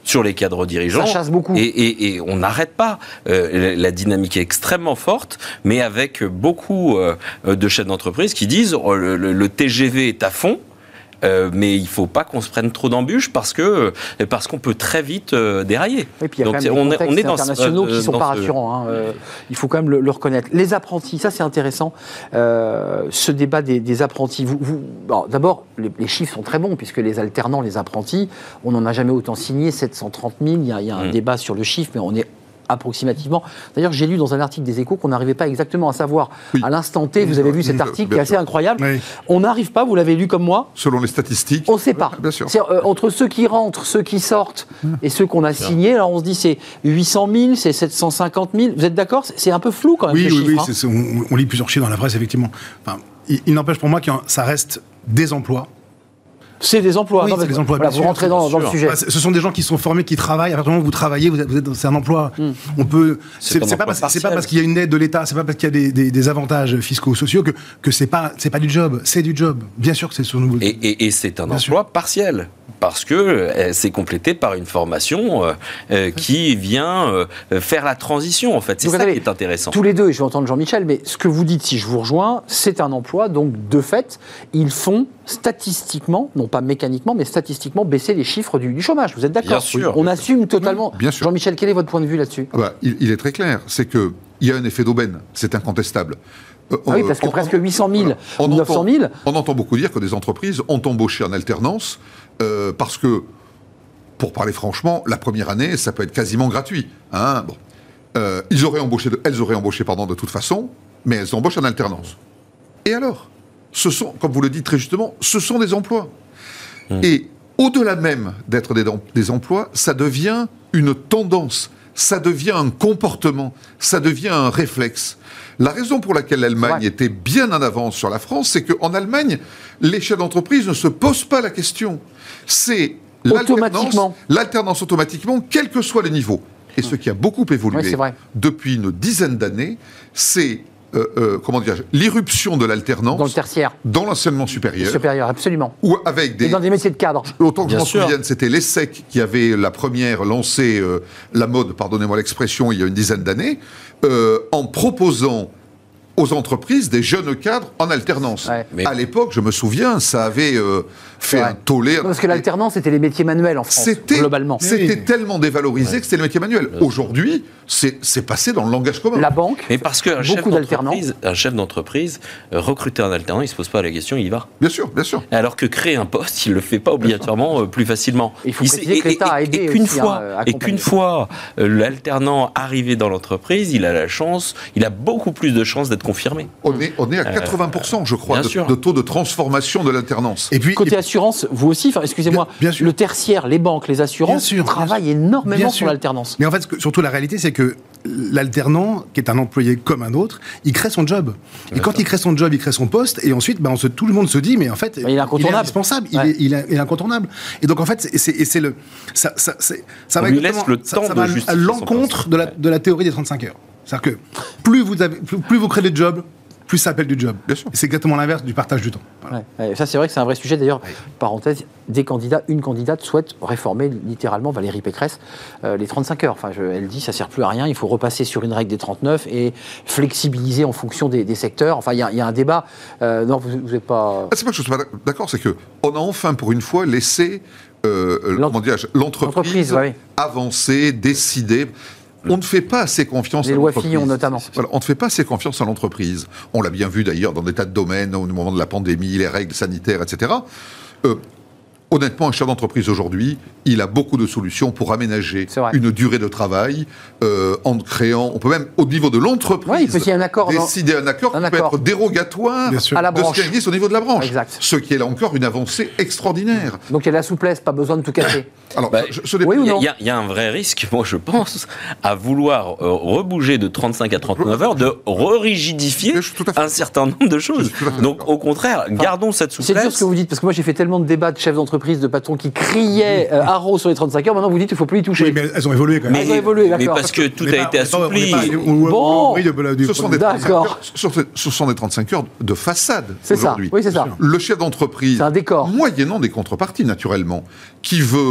sur les cadres dirigeants. Ça chasse beaucoup. Et, et, et on n'arrête pas. Euh, la dynamique est extrêmement forte, mais avec beaucoup euh, de chefs d'entreprise qui disent oh, le, le, le T G V est à fond. Euh, mais il ne faut pas qu'on se prenne trop d'embûches parce que parce qu'on peut très vite euh, dérailler. Et puis il y a Donc, quand même on, des contextes on est dans internationaux ce, qui ne sont dans pas ce... rassurants. Hein. Euh, il faut quand même le, le reconnaître. Les apprentis, ça c'est intéressant. Euh, ce débat des, des apprentis. Vous, vous, bon, d'abord, les, les chiffres sont très bons puisque les alternants, les apprentis, on n'en a jamais autant signé, sept cent trente mille. Il y a, il y a un mmh. débat sur le chiffre, mais on est approximativement. D'ailleurs, j'ai lu dans un article des Échos qu'on n'arrivait pas exactement à savoir oui. à l'instant T. Vous avez vu cet article qui est assez incroyable. Oui. On n'arrive pas, vous l'avez lu comme moi. Selon les statistiques. On ne sait pas. Bien sûr. C'est, euh, entre ceux qui rentrent, ceux qui sortent et ceux qu'on a signés, alors on se dit c'est huit cent mille, c'est sept cent cinquante mille. Vous êtes d'accord ? C'est un peu flou quand même. Oui, les oui, chiffres, oui. hein. C'est, c'est, on, on lit plusieurs chiffres dans la presse, effectivement. Enfin, il, il n'empêche pour moi que ça reste des emplois. C'est des emplois. Oui, non, c'est des emplois. Voilà, vous sûr, rentrez dans, dans le sujet. Bah, ce sont des gens qui sont formés, qui travaillent. À partir du moment où vous travaillez, vous êtes, vous êtes, c'est un emploi. Mm. On peut. C'est, c'est, c'est, pas parce, c'est pas parce qu'il y a une aide de l'État, c'est pas parce qu'il y a des, des, des avantages fiscaux, sociaux que que c'est pas c'est pas du job. C'est du job. Bien sûr que c'est sur nouveau. Et, et, et c'est un Bien emploi sûr. partiel. Parce que euh, c'est complété par une formation euh, euh, qui vient euh, faire la transition, en fait. C'est donc, ça attendez, qui est intéressant. Tous les deux, et je vais entendre Jean-Michel, mais ce que vous dites, si je vous rejoins, c'est un emploi, donc de fait, ils font statistiquement, non pas mécaniquement, mais statistiquement baisser les chiffres du, du chômage. Vous êtes d'accord ? Bien sûr. On assume totalement. Bien sûr. Jean-Michel, quel est votre point de vue là-dessus ? ah bah, il, il est très clair, c'est qu'il y a un effet d'aubaine, c'est incontestable. Euh, ah oui, parce que on, presque huit cent mille, voilà. neuf cent mille. On entend beaucoup dire que des entreprises ont embauché en alternance euh, parce que, pour parler franchement, la première année, ça peut être quasiment gratuit. Hein, bon. euh, ils auraient embauché de, elles auraient embauché pardon, de toute façon, mais elles embauchent en alternance. Et alors, ce sont, comme vous le dites très justement, ce sont des emplois. Mmh. Et au-delà même d'être des, des emplois, ça devient une tendance, ça devient un comportement, ça devient un réflexe. La raison pour laquelle l'Allemagne ouais. était bien en avance sur la France, c'est qu'en Allemagne, les chefs d'entreprise ne se posent pas la question. C'est l'alternance, l'alternance automatiquement, quel que soit le niveau. Et ce qui a beaucoup évolué ouais, depuis une dizaine d'années, c'est euh, euh, comment dire, l'irruption de l'alternance dans le tertiaire, dans l'enseignement supérieur, supérieur, absolument, ou avec des et dans des métiers de cadre. Autant que Bien je m'en sûr. souvienne, c'était l'ESSEC qui avait la première lancé euh, la mode, pardonnez-moi l'expression, il y a une dizaine d'années, euh, en proposant aux entreprises des jeunes cadres en alternance. Ouais, mais... À l'époque, je me souviens, ça avait euh, fait ouais. un tollé. Parce que l'alternance, c'était les métiers manuels en France, c'était, globalement. C'était oui. tellement dévalorisé ouais. que c'était les métiers manuels. Aujourd'hui, c'est, c'est passé dans le langage commun. La banque, mais parce qu'un chef beaucoup d'entreprise, un chef d'entreprise euh, recruté en alternant, il ne se pose pas la question, il y va. Bien sûr, bien sûr. Alors que créer un poste, il ne le fait pas obligatoirement euh, plus facilement. Il faut préciser que l'État a aidé et, et, et qu'une aussi, fois, hein, et qu'une fois euh, l'alternant arrivé dans l'entreprise, il a la chance, il a beaucoup plus de chances d'être confirmé. On est, on est à quatre-vingts pour cent, je crois, de, de taux de transformation de l'alternance. Et puis, côté et... assurance, vous aussi, enfin, excusez-moi, bien, bien le tertiaire, les banques, les assurances sûr, travaillent énormément bien sur sûr. l'alternance. Mais en fait, surtout la réalité, c'est que l'alternant, qui est un employé comme un autre, il crée son job. Et quand il crée son job, il crée son poste, et ensuite, ben, on se, tout le monde se dit, mais en fait, il est incontournable, il est indispensable, ouais. il, est, il, est, il est incontournable. Et donc, en fait, c'est, c'est, c'est le, ça, ça, c'est, ça on va lui laisse le ça, temps ça de va justifier à l'encontre de la, de la théorie des trente-cinq heures. C'est-à-dire que plus vous, avez, plus, plus vous créez des jobs, plus ça s'appelle du job. Bien sûr. C'est exactement l'inverse du partage du temps. Voilà. Ouais, ça, c'est vrai que c'est un vrai sujet. D'ailleurs, ouais. parenthèse, des candidats, une candidate souhaite réformer littéralement, Valérie Pécresse, euh, les trente-cinq heures. Enfin, je, elle dit ça ne sert plus à rien, il faut repasser sur une règle des trente-neuf et flexibiliser en fonction des, des secteurs. Enfin, il y, y a un débat. Euh, non, vous n'êtes pas... Ah, c'est pas que je ne suis pas d'accord, c'est qu'on a enfin, pour une fois, laissé euh, comment dirais-je, l'entreprise, l'entreprise ouais. avancer, décider... On ne fait pas assez confiance Les à l'entreprise. Les lois Fillon, notamment. Voilà, on ne fait pas assez confiance à l'entreprise. On l'a bien vu d'ailleurs dans des tas de domaines, au moment de la pandémie, les règles sanitaires, et cetera. Euh, honnêtement, un chef d'entreprise aujourd'hui, il a beaucoup de solutions pour aménager une durée de travail euh, en créant, on peut même au niveau de l'entreprise, ouais, il peut y avoir un accord, décider un accord un qui accord. peut être dérogatoire à la de ce qui existe au niveau de la branche. Exact. Ce qui est là encore une avancée extraordinaire. Donc il y a de la souplesse, pas besoin de tout casser. Alors, bah, je, je oui ou non ? Il y, y a un vrai risque, moi je pense, à vouloir euh, rebouger de trente-cinq à trente-neuf heures, de re-rigidifier un certain nombre de choses. Donc au contraire, enfin, gardons cette souplesse. C'est dur ce que vous dites, parce que moi j'ai fait tellement de débats de chefs d'entreprise, de patrons qui criaient euh, haro sur les trente-cinq heures, maintenant vous dites qu'il ne faut plus y toucher. Oui, mais elles ont évolué quand même. Mais, elles ont évolué, mais parce que tout a été assoupli. Bon, ce sont des d'accord. Ce sont des trente-cinq heures de façade c'est aujourd'hui. Ça. Oui, c'est ça. Le chef d'entreprise, c'est un décor. moyennant des contreparties naturellement, qui veut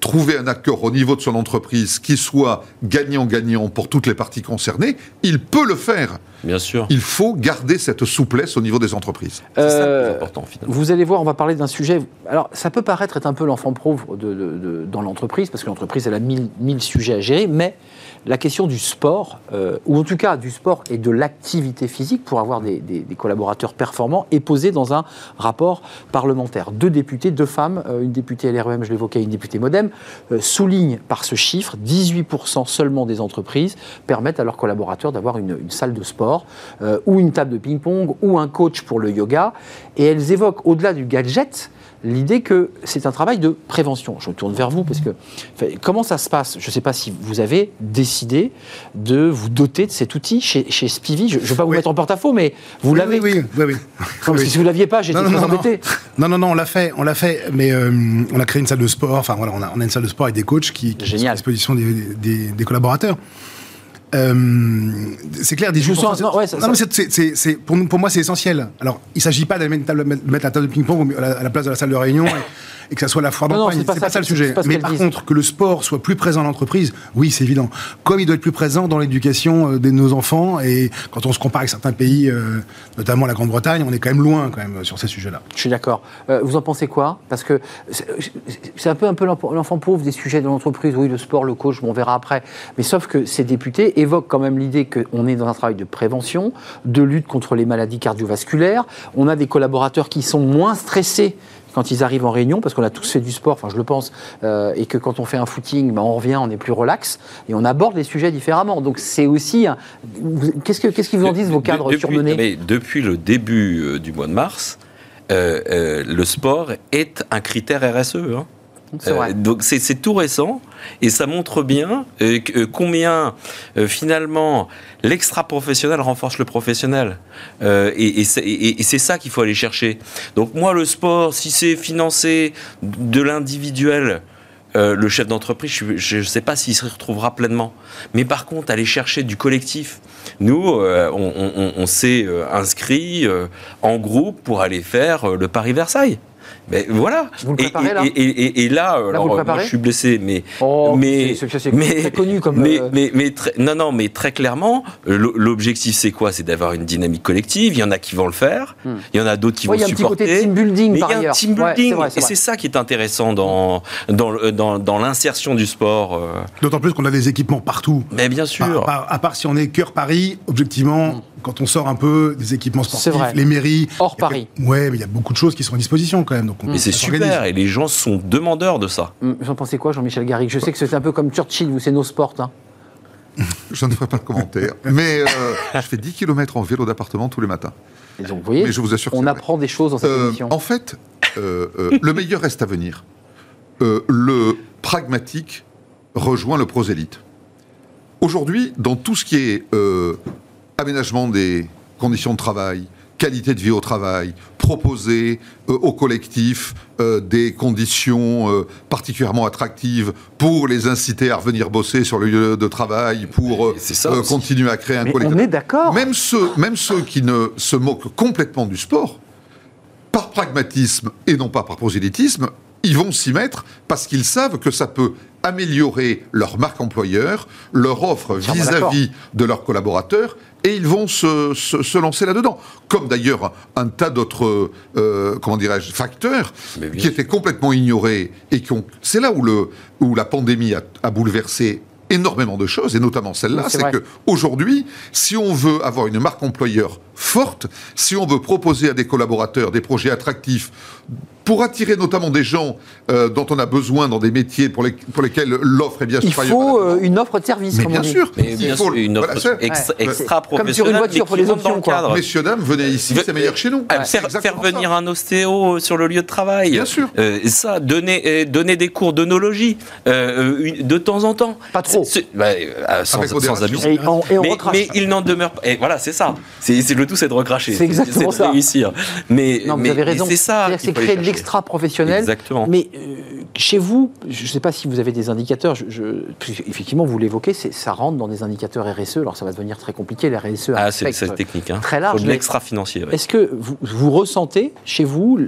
trouver un accord au niveau de son entreprise qui soit gagnant-gagnant pour toutes les parties concernées, il peut le faire. Bien sûr. Il faut garder cette souplesse au niveau des entreprises. C'est ça le Euh, plus important, finalement. Vous allez voir, on va parler d'un sujet. Alors, ça peut paraître être un peu l'enfant pauvre de, de, de, dans l'entreprise, parce que l'entreprise, elle a mille, mille sujets à gérer, mais la question du sport, euh, ou en tout cas du sport et de l'activité physique pour avoir des, des, des collaborateurs performants, est posée dans un rapport parlementaire. Deux députés, deux femmes, euh, une députée L R E M, je l'évoquais, une députée MoDem, euh, soulignent par ce chiffre, dix-huit pour cent seulement des entreprises permettent à leurs collaborateurs d'avoir une, une salle de sport, euh, ou une table de ping-pong, ou un coach pour le yoga. Et elles évoquent, au-delà du gadget, l'idée que c'est un travail de prévention. Je me tourne vers vous parce que enfin, comment ça se passe ? Je ne sais pas si vous avez décidé de vous doter de cet outil chez, chez Spivy. Je ne veux pas vous oui. mettre en porte-à-faux, mais vous oui, l'avez. Oui, oui, oui. oui. Non, parce que si vous ne l'aviez pas, j'étais non, très non, non, embêté. Non, non, non, on l'a fait, on l'a fait, mais euh, on a créé une salle de sport. Enfin voilà, on a, on a une salle de sport avec des coachs qui, qui sont à disposition des, des, des collaborateurs. Euh, c'est clair, dix-huit pour cent. Je vous sens, non, ouais, ça, non, ça, mais c'est, c'est, c'est, c'est, pour, nous, pour moi, c'est essentiel. Alors, il ne s'agit pas de mettre, table, mettre la table de ping-pong à la, à la place de la salle de réunion et, et que ça soit la foire d'empoigne. C'est pas, c'est ça, pas ça le sujet. Mais par contre, que le sport soit plus présent dans l'entreprise, oui, c'est évident. Comme il doit être plus présent dans l'éducation de nos enfants. Et quand on se compare avec certains pays, euh, notamment la Grande-Bretagne, on est quand même loin quand même sur ces sujets-là. Je suis d'accord. Euh, vous en pensez quoi ? Parce que c'est, c'est un peu, un peu l'enfant pauvre des sujets de l'entreprise. Oui, le sport, le coach, bon, on verra après. Mais sauf que ces députés évoquent quand même l'idée qu'on est dans un travail de prévention, de lutte contre les maladies cardiovasculaires. On a des collaborateurs qui sont moins stressés quand ils arrivent en réunion, parce qu'on a tous fait du sport, enfin je le pense, euh, et que quand on fait un footing, ben, on revient, on est plus relax, et on aborde les sujets différemment. Donc c'est aussi... Un... Qu'est-ce, que, qu'est-ce qu'ils vous en disent, vos cadres depuis, surmenés ? mais Depuis le début euh, du mois de mars, euh, euh, le sport est un critère R S E. Hein. C'est vrai. Euh, donc c'est, c'est tout récent et ça montre bien euh, euh, combien euh, finalement l'extra-professionnel renforce le professionnel euh, et, et, c'est, et, et c'est ça qu'il faut aller chercher. Donc moi le sport, si c'est financé de l'individuel, euh, le chef d'entreprise, je ne sais pas s'il se retrouvera pleinement. Mais par contre, aller chercher du collectif. Nous, euh, on, on, on s'est euh, inscrit euh, en groupe pour aller faire euh, le Paris-Versailles. Mais voilà. Vous le préparez, et, là et, et, et là, là alors, moi, je suis blessé, mais oh, mais c'est, c'est, c'est mais, très connu comme. Mais, euh... mais, mais très, non non, mais très clairement, l'objectif c'est quoi ? C'est d'avoir une dynamique collective. Il y en a qui vont le faire, hmm. il y en a d'autres qui ouais, vont supporter. Il y a un petit côté team building mais par il y a ailleurs. un team building, ouais, c'est vrai, c'est et c'est ça qui est intéressant dans dans dans, dans l'insertion du sport. Euh... D'autant plus qu'on a des équipements partout. Mais bien sûr. À, à, à part si on est cœur Paris, objectivement. Hmm. Quand on sort un peu des équipements sportifs, les mairies... Hors Paris. Oui, mais il y a beaucoup de choses qui sont à disposition quand même. Donc on, mais c'est super, et les gens sont demandeurs de ça. Vous en pensez quoi, Jean-Michel Garrigue ? Je sais que c'est un peu comme Churchill, vous, c'est nos sports. Hein. Je ne ferai pas de commentaire. Mais euh, je fais dix kilomètres en vélo d'appartement tous les matins. Et donc, vous voyez, mais je vous assure on apprend des choses dans cette euh, émission. En fait, euh, euh, le meilleur reste à venir. Euh, le pragmatique rejoint le prosélyte. Aujourd'hui, dans tout ce qui est... Euh, aménagement des conditions de travail, qualité de vie au travail, proposer euh, au collectif euh, des conditions euh, particulièrement attractives pour les inciter à revenir bosser sur le lieu de travail, pour euh, euh, continuer à créer un Mais collectif. On est d'accord. Même ceux, même ceux qui ne se moquent complètement du sport, par pragmatisme et non pas par prosélytisme, ils vont s'y mettre parce qu'ils savent que ça peut améliorer leur marque employeur, leur offre vis-à-vis de leurs collaborateurs, et ils vont se, se, se lancer là-dedans. Comme d'ailleurs un tas d'autres, euh, comment dirais-je, facteurs qui étaient complètement ignorés et qui ont... C'est là où, le, où la pandémie a, a bouleversé énormément de choses, et notamment celle-là, c'est, c'est qu'aujourd'hui, si on veut avoir une marque employeur forte, si on veut proposer à des collaborateurs des projets attractifs, pour attirer notamment des gens euh, dont on a besoin dans des métiers pour, les, pour lesquels l'offre est bien supérieure. Il faut euh, une offre de service, mais comme bien on dit. sûr, mais bien sûr, une offre voilà, extra, extra professionnelle. Comme sur une voiture pour les options, quoi. Messieurs, dames, venez ici, c'est meilleur chez nous. Ouais, faire, faire venir ça. Un ostéo sur le lieu de travail. Bien sûr. Euh, ça, donner, euh, donner des cours d'onologie euh, de temps en temps. Pas trop. C'est, bah, euh, sans, sans abuser. Et on, et on mais, recrache. mais il n'en demeure pas. Et voilà, c'est ça. C'est, c'est le tout, c'est de recracher. C'est exactement c'est, c'est ça. De réussir. Mais, non, mais, vous avez raison. mais c'est ça. C'est-à-dire que c'est créer de l'extra-professionnel. Exactement. Mais euh, chez vous, je ne sais pas si vous avez des indicateurs. Je, je, effectivement, vous l'évoquez, c'est, ça rentre dans des indicateurs R S E. Alors, ça va devenir très compliqué. Les R S E, ah, c'est, c'est technique. Hein. Très large. Faut de l'extra-financier. Ouais. Est-ce que vous, vous ressentez chez vous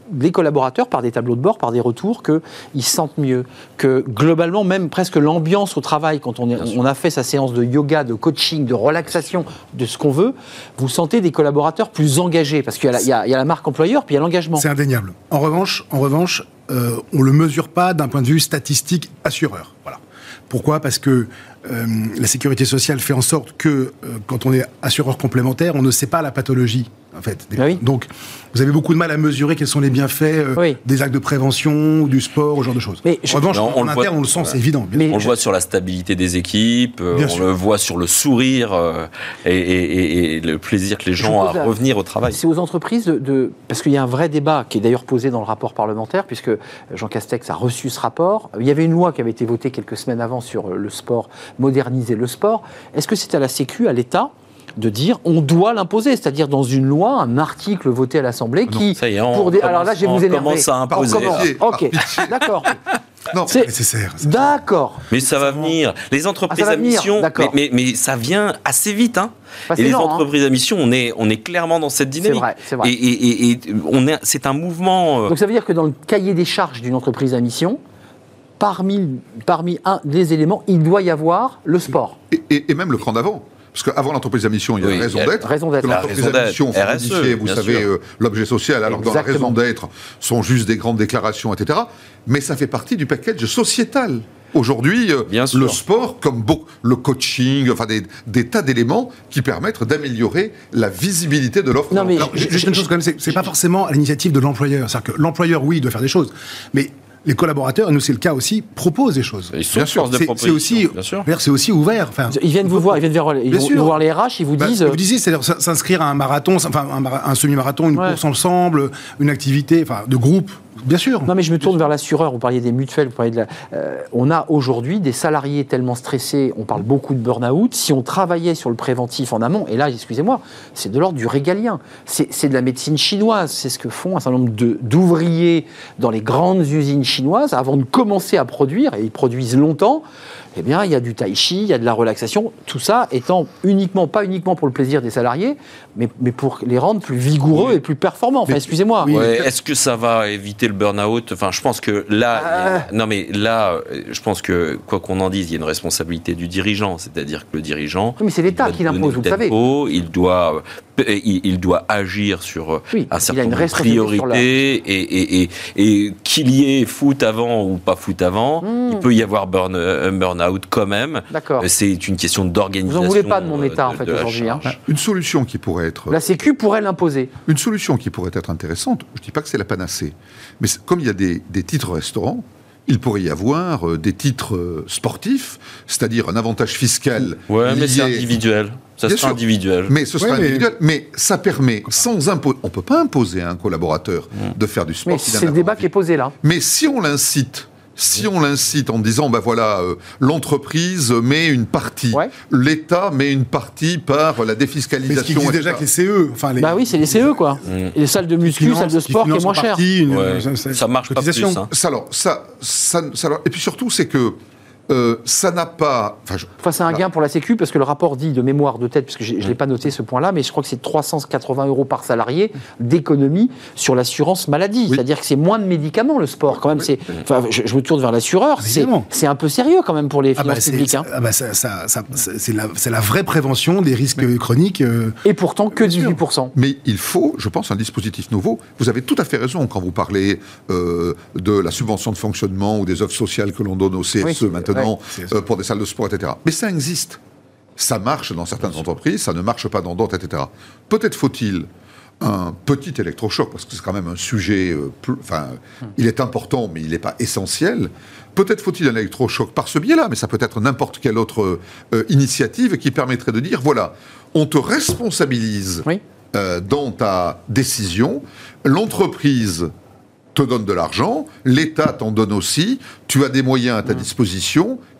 les collaborateurs, par des tableaux de bord, par des retours, qu'ils se sentent mieux, que globalement, même presque l'ambiance au travail, quand on, est, on a fait sa séance de yoga, de coaching, de relaxation, de ce qu'on veut, vous sentez des collaborateurs plus engagés, parce qu'il y a, y a, y a la marque employeur, puis il y a l'engagement. C'est indéniable. En revanche, en revanche euh, on ne le mesure pas d'un point de vue statistique assureur. Voilà. Pourquoi ? Parce que euh, la sécurité sociale fait en sorte que, euh, quand on est assureur complémentaire, on ne sait pas la pathologie, en fait. Ah oui. Donc, vous avez beaucoup de mal à mesurer quels sont les bienfaits euh, oui. des actes de prévention, du sport, ce genre de choses. Mais en revanche, non, en on le interne, voit, on le sent, voilà. c'est évident. Mais on je... le voit sur la stabilité des équipes, Bien on sûr. le voit sur le sourire euh, et, et, et, et le plaisir que les gens ont à la... revenir au travail. C'est aux entreprises de, de... Parce qu'il y a un vrai débat qui est d'ailleurs posé dans le rapport parlementaire, puisque Jean Castex a reçu ce rapport. Il y avait une loi qui avait été votée quelques semaines avant sur le sport, moderniser le sport. Est-ce que c'est à la Sécu, à l'État, de dire on doit l'imposer, c'est-à-dire dans une loi, un article voté à l'Assemblée qui... Ça y est, on pour des... commence, Alors là, je vais vous énerver. On commence à imposer. Ok, d'accord. Non, c'est nécessaire. c'est D'accord. Mais ça va venir. Les entreprises Ah, ça va à mission, venir, mais, mais, mais ça vient assez vite. Hein. Bah, et les lent, entreprises hein. à mission, on est, on est clairement dans cette dynamique. C'est vrai, c'est vrai. Et, et, et, et on est, c'est un mouvement... Euh... Donc ça veut dire que dans le cahier des charges d'une entreprise à mission, parmi, parmi un des éléments, il doit y avoir le sport. Et, et, et même le cran d'avant. Parce qu'avant l'entreprise à mission, il y a oui, la raison il y a d'être. Raison d'être. Que l'entreprise à mission, faut modifier, vous savez, euh, l'objet social, alors Exactement. dans la raison d'être, sont juste des grandes déclarations, et cetera. Mais ça fait partie du package sociétal. Aujourd'hui, euh, le sport, comme beau, le coaching, enfin des, des tas d'éléments qui permettent d'améliorer la visibilité de l'offre. Non, mais Alors, je, juste une chose quand même, c'est, c'est pas forcément à l'initiative de l'employeur. C'est-à-dire que l'employeur, oui, il doit faire des choses, mais les collaborateurs, et nous c'est le cas aussi, proposent des choses. Ils sont force de c'est, c'est proposition, aussi, bien sûr. c'est aussi ouvert. Enfin, ils viennent vous voir, ils viennent vers, ils vont, ils vont voir les R H, ils vous bah, disent. Vous disiez, c'est-à-dire s'inscrire à un marathon, enfin un, un semi-marathon, une ouais. course ensemble, une activité, enfin de groupe. Bien sûr. Non, mais je me tourne vers l'assureur. Vous parliez des mutuelles, vous parliez de la... Euh, on a aujourd'hui des salariés tellement stressés, on parle beaucoup de burn-out. Si on travaillait sur le préventif en amont, et là, excusez-moi, c'est de l'ordre du régalien. C'est, c'est de la médecine chinoise. C'est ce que font un certain nombre de, d'ouvriers dans les grandes usines chinoises avant de commencer à produire, et ils produisent longtemps. Eh bien, il y a du tai chi, il y a de la relaxation, tout ça étant uniquement, pas uniquement pour le plaisir des salariés, mais, mais pour les rendre plus vigoureux oui. et plus performants. Enfin, excusez-moi. Oui, ouais, est-ce que ça va éviter le burn-out ? Enfin, je pense que là, euh... a, non mais là, je pense que quoi qu'on en dise, il y a une responsabilité du dirigeant, c'est-à-dire que le dirigeant. Oui, mais c'est l'État qui l'impose, vous le savez. Il doit, il, il doit agir sur oui, un certain nombre de priorités la... et, et, et, et qu'il y ait foot avant ou pas foot avant, mmh. il peut y avoir burn, un burn out quand même. D'accord. C'est une question d'organisation. Vous n'en voulez pas de mon État, de, en fait, aujourd'hui. Hein. Une solution qui pourrait être... La Sécu pourrait l'imposer. Une solution qui pourrait être intéressante, je ne dis pas que c'est la panacée, mais comme il y a des, des titres restaurants, il pourrait y avoir euh, des titres euh, sportifs, c'est-à-dire un avantage fiscal. Ouais, lié... mais c'est individuel. Ça Bien sera sûr. individuel. Mais ce sera ouais, individuel. Mais... mais ça permet, sans imposer... On ne peut pas imposer à un collaborateur mmh. de faire du sport. Mais c'est le débat qui est posé là. Mais si on l'incite... Si on l'incite en disant, ben voilà, euh, l'entreprise met une partie, ouais. l'État met une partie par la défiscalisation. Mais ce qui existe déjà que les C E. Enfin, les... Bah oui, c'est les C E, quoi. Mmh. Et les salles de muscu, finance, salles de sport qui, qui est moins cher. Une, ouais. une, ça marche pas plus. Hein. Ça, alors, ça, ça, ça, alors, et puis surtout, c'est que Euh, ça n'a pas... Enfin, je... enfin, c'est un gain pour la Sécu, parce que le rapport dit de mémoire de tête, parce que je ne l'ai pas noté ce point-là, mais je crois que c'est trois cent quatre-vingts euros par salarié d'économie sur l'assurance maladie. Oui. C'est-à-dire que c'est moins de médicaments, le sport. Quand même, oui. c'est... Enfin, je, je me tourne vers l'assureur. C'est, c'est un peu sérieux, quand même, pour les finances ah bah publiques. Hein. Ah bah ça, ça, ça, c'est, la, c'est la vraie prévention des risques mais... chroniques. Euh... Et pourtant, que dix-huit pour cent. Mais il faut, je pense, un dispositif nouveau. Vous avez tout à fait raison quand vous parlez euh, de la subvention de fonctionnement ou des offres sociales que l'on donne au C S E oui, maintenant, ouais, euh, pour des salles de sport, et cetera. Mais ça existe. Ça marche dans certaines entreprises, ça ne marche pas dans d'autres, et cetera. Peut-être faut-il un petit électrochoc, parce que c'est quand même un sujet... Euh, plus, enfin, hum. il est important, mais il n'est pas essentiel. Peut-être faut-il un électrochoc par ce biais-là, mais ça peut être n'importe quelle autre euh, initiative qui permettrait de dire, voilà, on te responsabilise oui. euh, dans ta décision, l'entreprise te donne de l'argent, l'État t'en donne aussi, tu as des moyens à ta disposition,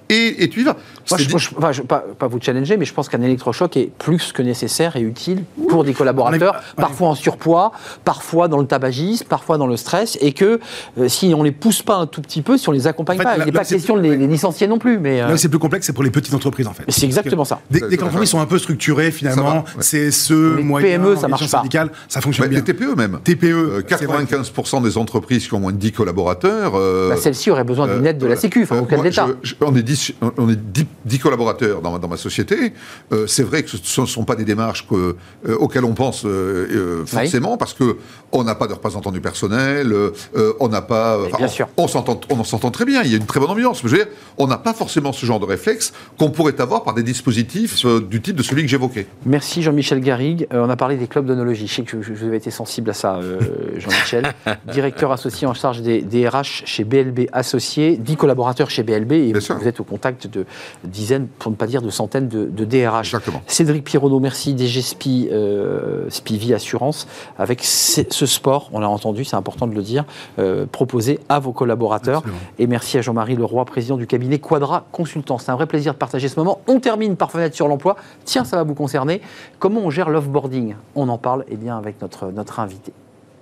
et, et tu y vas. Moi, C'est je, dit- moi, je- enfin, je- pas, pas vous challenger, mais je pense qu'un électrochoc est plus que nécessaire et utile pour des collaborateurs, On est- parfois en surpoids, parfois dans le tabagisme, parfois dans le stress, et que euh, si on les pousse pas un tout petit peu, si on les accompagne En fait, pas, là- il n'est là, pas c'est- question de les, les licencier non plus. Mais euh, Là où c'est plus complexe, c'est pour les petites entreprises, en fait. c'est exactement ça. Dès, Ça, dès ça que les entreprises va. sont un peu structurées, finalement, Ça va, ouais. c'est ce Les moyen, P M E, ça marche organisation pas. syndicale, ça fonctionne Ouais, bien. les T P E même. T P E, Euh, c'est vrai. quatre-vingt-quinze pour cent des entreprises qui ont moins de dix collaborateurs. euh, Bah, celle-ci aurait besoin d'une aide de la Sécu, enfin, euh, auquel moi, d'État. je- je- on est dix, on est dix, dix collaborateurs dans, ma- dans ma société. Euh, c'est vrai que ce ne sont pas des démarches que, euh, auxquelles on pense euh, euh, forcément, parce que on n'a pas de représentant du personnel, euh, euh, on n'a pas. Mais enfin, bien on, sûr. on s'entend, on s'entend très bien. Il y a une très bonne ambiance. Mais je veux dire, on n'a pas forcément ce genre de réflexe qu'on pourrait avoir par des dispositifs euh, du type de celui que j'évoquais. Merci Jean-Michel Garrigue. Euh, on a parlé des clubs d'onologie. Je sais que je- je- vous avez été sensible à ça, euh, Jean-Michel. Directeur associé en charge des, des R H chez B L B Associés, dix collaborateurs chez B L B, et Bien vous, sûr. vous êtes au contact de dizaines, pour ne pas dire de centaines de, de D R H. Exactement. Cédric Pironneau, merci, D G S P I, euh, S P I Vie Assurance, avec ce ce sport, on l'a entendu, c'est important de le dire, euh, proposé à vos collaborateurs. Absolument. Et merci à Jean-Marie Leroy, président du cabinet Quadra Consultants. C'est un vrai plaisir de partager ce moment. On termine par Fenêtre sur l'emploi. Tiens, ça va vous concerner. Comment on gère l'offboarding? On en parle eh bien, avec notre, notre invité.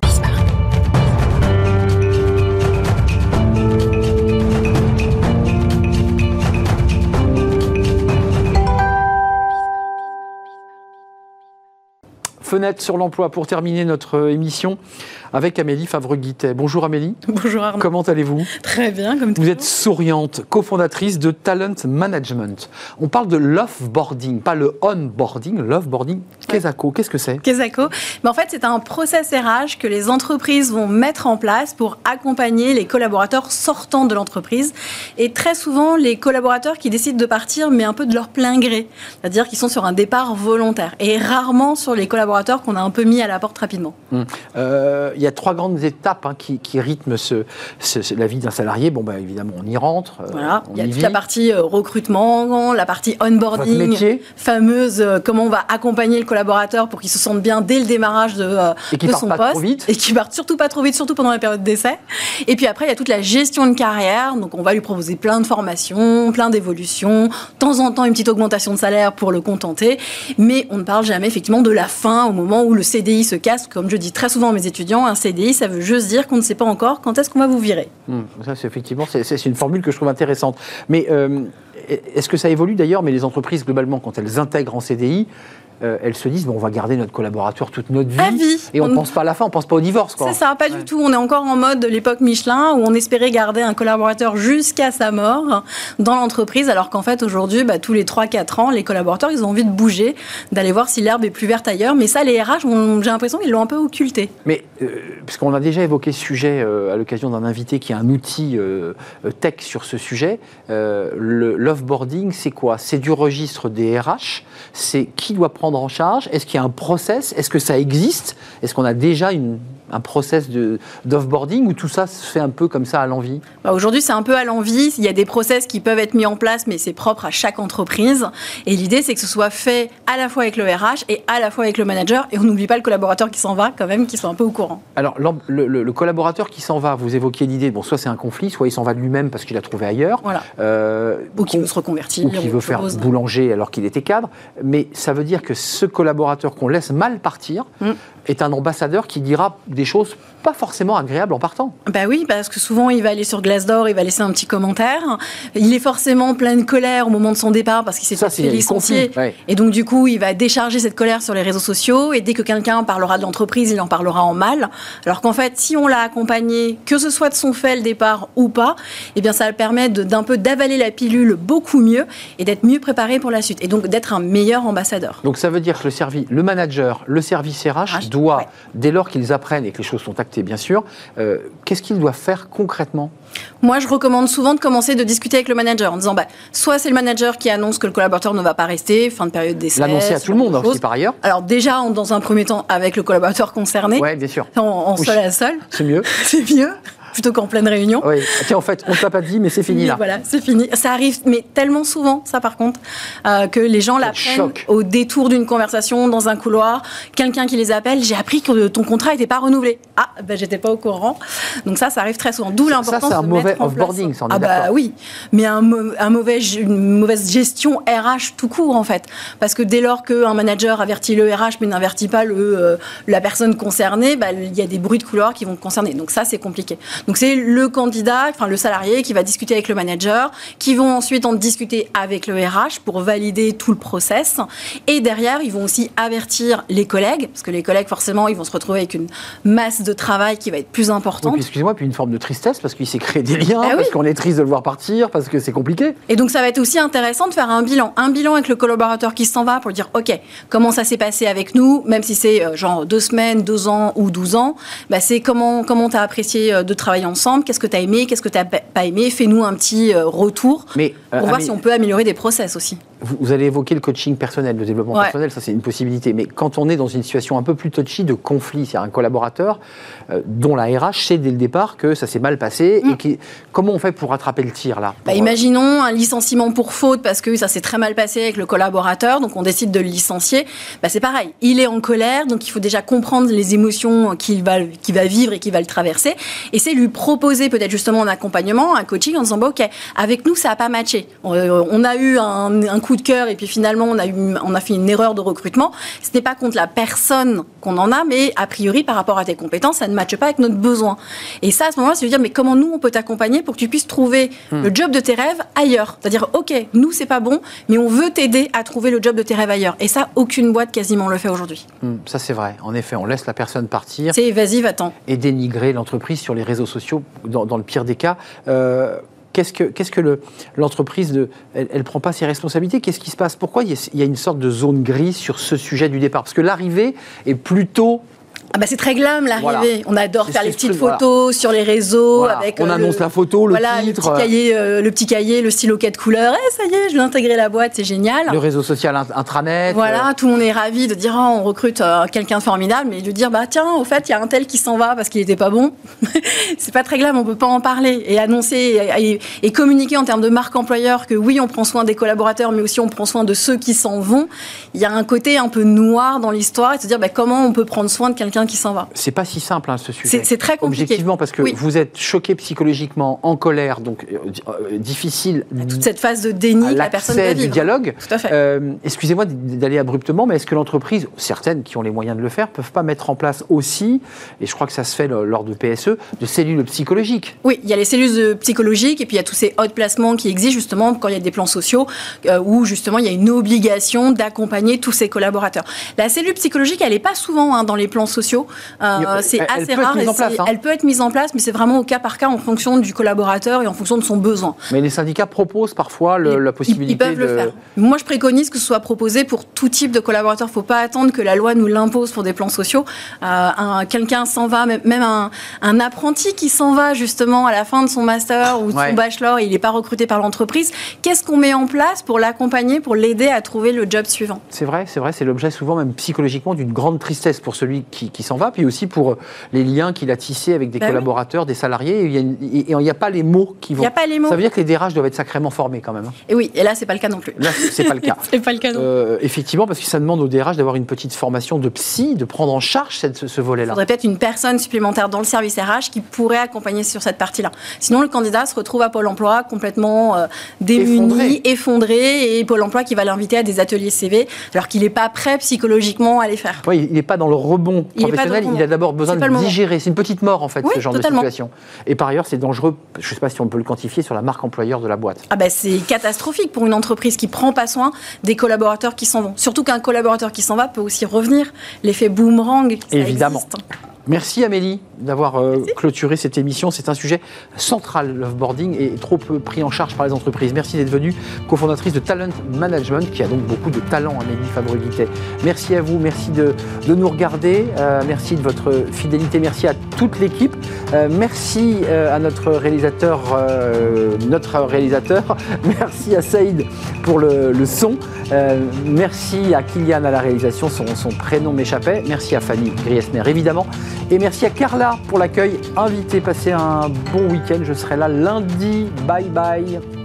Fenêtre sur l'emploi pour terminer notre émission avec Amélie Favre-Guittet. Bonjour Amélie. Bonjour Arnaud. Comment allez-vous? Très bien, comme Vous toujours. êtes souriante, cofondatrice de Talent Management. On parle de l'offboarding, pas le onboarding, l'offboarding. Quesaco, qu'est-ce que c'est? Quesaco. Mais en fait, c'est un process R H que les entreprises vont mettre en place pour accompagner les collaborateurs sortant de l'entreprise. Et très souvent, les collaborateurs qui décident de partir, mais un peu de leur plein gré. C'est-à-dire qu'ils sont sur un départ volontaire. Et rarement sur les collaborateurs qu'on a un peu mis à la porte rapidement. Hum. Euh, Il y a trois grandes étapes hein, qui, qui rythment ce, ce- ce- la vie d'un salarié. Bon, bah, évidemment, on y rentre. euh, Voilà, on il y a y toute vit. la partie euh, recrutement, la partie Votre onboarding, métier. fameuse euh, comment on va accompagner le collaborateur pour qu'il se sente bien dès le démarrage de, euh, Et qu'il de parte son pas poste trop vite. et qu'il parte surtout pas trop vite, surtout pendant la période d'essai. Et puis après, il y a toute la gestion de carrière, donc on va lui proposer plein de formations, plein d'évolutions, de temps en temps une petite augmentation de salaire pour le contenter, mais on ne parle jamais effectivement de la fin au moment où le C D I se casse. Comme je dis très souvent à mes étudiants, un C D I, ça veut juste dire qu'on ne sait pas encore quand est-ce qu'on va vous virer. Hum, ça, c'est effectivement, c'est, c'est une formule que je trouve intéressante. Mais euh, est-ce que ça évolue d'ailleurs? Mais les entreprises, globalement, quand elles intègrent en C D I, euh, elles se disent, bon, on va garder notre collaborateur toute notre vie. À vie. Et on ne On- pense pas à la fin, on ne pense pas au divorce. Quoi. C'est ça, pas du tout. On est encore en mode de l'époque Michelin où on espérait garder un collaborateur jusqu'à sa mort dans l'entreprise, alors qu'en fait aujourd'hui, bah, tous les trois quatre ans, les collaborateurs, ils ont envie de bouger, d'aller voir si l'herbe est plus verte ailleurs. Mais ça, les R H, on- j'ai l'impression qu'ils l'ont un peu occulté. Mais, euh, puisqu'on a déjà évoqué ce sujet euh, à l'occasion d'un invité qui a un outil euh, euh, tech sur ce sujet, euh, le- l'offboarding, c'est quoi? C'est du registre des R H? C'est qui doit prendre en charge? Est-ce qu'il y a un process? Est-ce que ça existe? Est-ce qu'on a déjà une, un process de, d'offboarding ou tout ça se fait un peu comme ça à l'envie? Bah, aujourd'hui, c'est un peu à l'envie. Il y a des process qui peuvent être mis en place, mais c'est propre à chaque entreprise. Et l'idée, c'est que ce soit fait à la fois avec le R H et à la fois avec le manager. Et on n'oublie pas le collaborateur qui s'en va, quand même, qui soit un peu au courant. Alors, l'em- le, le- le collaborateur qui s'en va, vous évoquiez l'idée, bon, soit c'est un conflit, soit il s'en va de lui-même parce qu'il a trouvé ailleurs. Voilà. Euh, Ou qui qu'on- veut se reconvertir. ou qui veut autre faire chose. boulanger alors qu'il était cadre. Mais ça veut dire que ce collaborateur qu'on laisse mal partir Mm. est un ambassadeur qui dira des choses pas forcément agréables en partant. Bah oui, parce que souvent il va aller sur Glassdoor, il va laisser un petit commentaire. Il est forcément plein de colère au moment de son départ parce qu'il s'est Ça, fait c'est le licencier. conflit, ouais. Et donc du coup, il va décharger cette colère sur les réseaux sociaux. Et dès que quelqu'un parlera de l'entreprise, il en parlera en mal. Alors qu'en fait, si on l'a accompagné, que ce soit de son fait le départ ou pas, eh bien ça le permet de- d'un peu d'avaler la pilule beaucoup mieux et d'être mieux préparé pour la suite. Et donc d'être un meilleur ambassadeur. Donc ça veut dire que le, servi- le manager, le service R H H, doit, ouais. dès lors qu'ils apprennent et que les choses sont actées bien sûr, euh, qu'est-ce qu'ils doivent faire concrètement? Moi, je recommande souvent de commencer de discuter avec le manager en disant, bah, soit c'est le manager qui annonce que le collaborateur ne va pas rester, fin de période d'essai. L'annoncer à ce tout le genre monde de aussi choses. par ailleurs. Alors déjà, en- dans un premier temps, avec le collaborateur concerné, Oui, bien sûr. en, en Oui. seul à seul, C'est mieux. c'est mieux. plutôt qu'en pleine réunion. Oui, tiens, en fait, on ne t'a pas dit, mais c'est fini mais là. Voilà, c'est fini. Ça arrive, mais tellement souvent, ça par contre, euh, que les gens l'apprennent choc. au détour d'une conversation, dans un couloir, quelqu'un qui les appelle, j'ai appris que ton contrat n'était pas renouvelé. Ah, ben j'étais pas au courant. Donc ça, ça arrive très souvent. D'où l'importance Ça, c'est un de mauvais mettre en offboarding, place... ça, on est Ah bah d'accord. oui, mais un, un mauvais, une mauvaise gestion R H tout court en fait. Parce que dès lors qu'un manager avertit le R H mais n'avertit pas le, euh, la personne concernée, bah, il y a des bruits de couloir qui vont te concerner. Donc ça, c'est compliqué. Donc c'est le candidat, enfin le salarié qui va discuter avec le manager, qui vont ensuite en discuter avec le R H pour valider tout le process. Et derrière, ils vont aussi avertir les collègues, parce que les collègues, forcément, ils vont se retrouver avec une masse de travail qui va être plus importante. Oui, puis excusez-moi, puis une forme de tristesse, parce qu'il s'est créé des liens, Ah parce oui. qu'on est triste de le voir partir, parce que c'est compliqué. Et donc, ça va être aussi intéressant de faire un bilan. Un bilan avec le collaborateur qui s'en va pour dire, OK, comment ça s'est passé avec nous, même si c'est euh, genre deux semaines, deux ans ou douze ans, bah, c'est comment comment tu as apprécié euh, de travailler ensemble, qu'est-ce que tu as aimé, qu'est-ce que tu n'as pas aimé, fais-nous un petit euh, retour Mais, euh, pour voir Amélie, si on peut améliorer des process aussi. Vous, vous allez évoquer le coaching personnel, le développement Ouais. personnel, ça c'est une possibilité. Mais quand on est dans une situation un peu plus touchy de conflit, c'est-à-dire un collaborateur euh, dont la R H sait dès le départ que ça s'est mal passé, Mm. et qui, comment on fait pour rattraper le tir là Bah, pour, imaginons un licenciement pour faute parce que ça s'est très mal passé avec le collaborateur, donc on décide de le licencier. Bah, c'est pareil, il est en colère, donc il faut déjà comprendre les émotions qu'il va, qu'il va vivre et qu'il va le traverser. Et c'est lui proposer peut-être justement un accompagnement, un coaching en disant bah, ok, avec nous ça n'a pas matché. On, euh, on a eu un, un coup de cœur et puis finalement on a, eu, on a fait une erreur de recrutement. Ce n'est pas contre la personne qu'on en a, mais a priori par rapport à tes compétences, ça ne matche pas avec notre besoin. Et ça, à ce moment-là, c'est de dire mais comment nous on peut t'accompagner pour que tu puisses trouver Hmm. le job de tes rêves ailleurs. C'est-à-dire, ok, nous c'est pas bon, mais on veut t'aider à trouver le job de tes rêves ailleurs. Et ça, aucune boîte quasiment le fait aujourd'hui. Hmm, ça c'est vrai, en effet, on laisse la personne partir C'est vas-y, va-t'en. et dénigrer l'entreprise sur les réseaux sociaux, dans, dans le pire des cas. Euh, Qu'est-ce que, qu'est-ce que le, l'entreprise, de, elle ne prend pas ses responsabilités? Qu'est-ce qui se passe? Pourquoi il y, a, il y a une sorte de zone grise sur ce sujet du départ? Parce que l'arrivée est plutôt... Ah bah c'est très glam l'arrivée. Voilà. On adore C'est faire ce les que petites je- voilà. photos sur les réseaux. Voilà. Avec, On euh, annonce le, la photo, le voilà, titre, le petit cahier, euh, le petit cahier, le stylo quatre couleurs. Eh, ça y est, je vais intégrer la boîte, c'est génial. le réseau social int- intranet. Voilà, tout le monde est ravi de dire oh, on recrute euh, quelqu'un de formidable, mais de dire bah tiens, au fait, il y a un tel qui s'en va parce qu'il n'était pas bon. C'est pas très glam, on peut pas en parler et annoncer et, et- et communiquer en termes de marque employeur que oui, on prend soin des collaborateurs, mais aussi on prend soin de ceux qui s'en vont. Il y a un côté un peu noir dans l'histoire et de se dire bah, comment on peut prendre soin de quelqu'un qui s'en va. C'est pas si simple, hein, ce sujet. C'est, c'est très compliqué. Objectivement, parce que Oui. vous êtes choqué psychologiquement, en colère, donc euh, euh, difficile Toute cette phase de déni à que la personne l'accès va du vivre. dialogue. Tout à fait. Euh, excusez-moi d- d'aller abruptement, mais est-ce que l'entreprise, certaines qui ont les moyens de le faire, peuvent pas mettre en place aussi, et je crois que ça se fait le- lors de P S E, de cellules psychologiques? Oui, il y a les cellules euh, psychologiques et puis il y a tous ces hauts placements qui existent justement quand il y a des plans sociaux euh, où justement il y a une obligation d'accompagner tous ses collaborateurs. La cellule psychologique, elle n'est pas souvent hein, dans les plans sociaux. Euh, Il y a- c'est elle- elle assez peut être rare. mise et en place, c'est- hein. Elle peut être mise en place, mais c'est vraiment au cas par cas en fonction du collaborateur et en fonction de son besoin. Mais les syndicats proposent parfois le- Ils- la ils- possibilité Ils peuvent de... le faire. Moi, je préconise que ce soit proposé pour tout type de collaborateur. Il ne faut pas attendre que la loi nous l'impose pour des plans sociaux. Euh, un, quelqu'un s'en va, même même un, un apprenti qui s'en va justement à la fin de son master ou de Ouais. son bachelor, il n'est pas recruté par l'entreprise. Qu'est-ce qu'on met en place pour l'accompagner, pour l'aider à trouver le job suivant? C'est vrai, c'est vrai, c'est l'objet souvent même psychologiquement d'une grande tristesse pour celui qui, qui s'en va, puis aussi pour euh, les liens qu'il a tissés avec des Bah oui. collaborateurs, des salariés, et il y a une- et et il n'y a pas les mots qui Il vont... n'y a pas les mots. Ça veut dire que les D R H doivent être sacrément formés quand même. hein. Et oui, et là, c'est pas le cas non plus. Là, c'est pas le cas. C'est pas le cas non plus. Euh, effectivement, parce que ça demande au D R H d'avoir une petite formation de psy, de prendre en charge cette- ce, ce Il volet-là. faudrait peut-être une personne supplémentaire dans le service R H qui pourrait accompagner sur cette partie-là. Sinon, le candidat se retrouve à Pôle emploi complètement euh, démuni, Effondré. effondré, et Pôle emploi qui va l'inviter à des ateliers C V, alors qu'il n'est pas prêt psychologiquement à les faire. Ouais, il n'est pas dans le rebond Il est pas professionnel, dans le il a rebond. d'abord besoin C'est pas de le moment. digérer. C'est une petite mort, en fait, Oui, ce genre totalement. de situation. Et par ailleurs, c'est dangereux, je ne sais pas si on peut le quantifier, sur la marque employeur de la boîte. Ah bah c'est catastrophique pour une entreprise qui prend pas soin des collaborateurs qui s'en vont. Surtout qu'un collaborateur qui s'en va peut aussi revenir. L'effet boomerang, ça Évidemment. existe. Merci Amélie d'avoir euh, clôturé cette émission. C'est un sujet central, l'offboarding, et trop peu pris en charge par les entreprises. Merci d'être venue, cofondatrice de Talent Management, qui a donc beaucoup de talent, Amélie Fabré-Guittet. Merci à vous, merci de, de nous regarder, euh, merci de votre fidélité, merci à toute l'équipe, euh, merci euh, à notre réalisateur, euh, notre réalisateur, merci à Saïd pour le, le son, euh, merci à Kylian à la réalisation, son, son prénom m'échappait, merci à Fanny Griesner évidemment, Et merci à Carla pour l'accueil. Invité, passez un bon week-end. Je serai là lundi. Bye bye.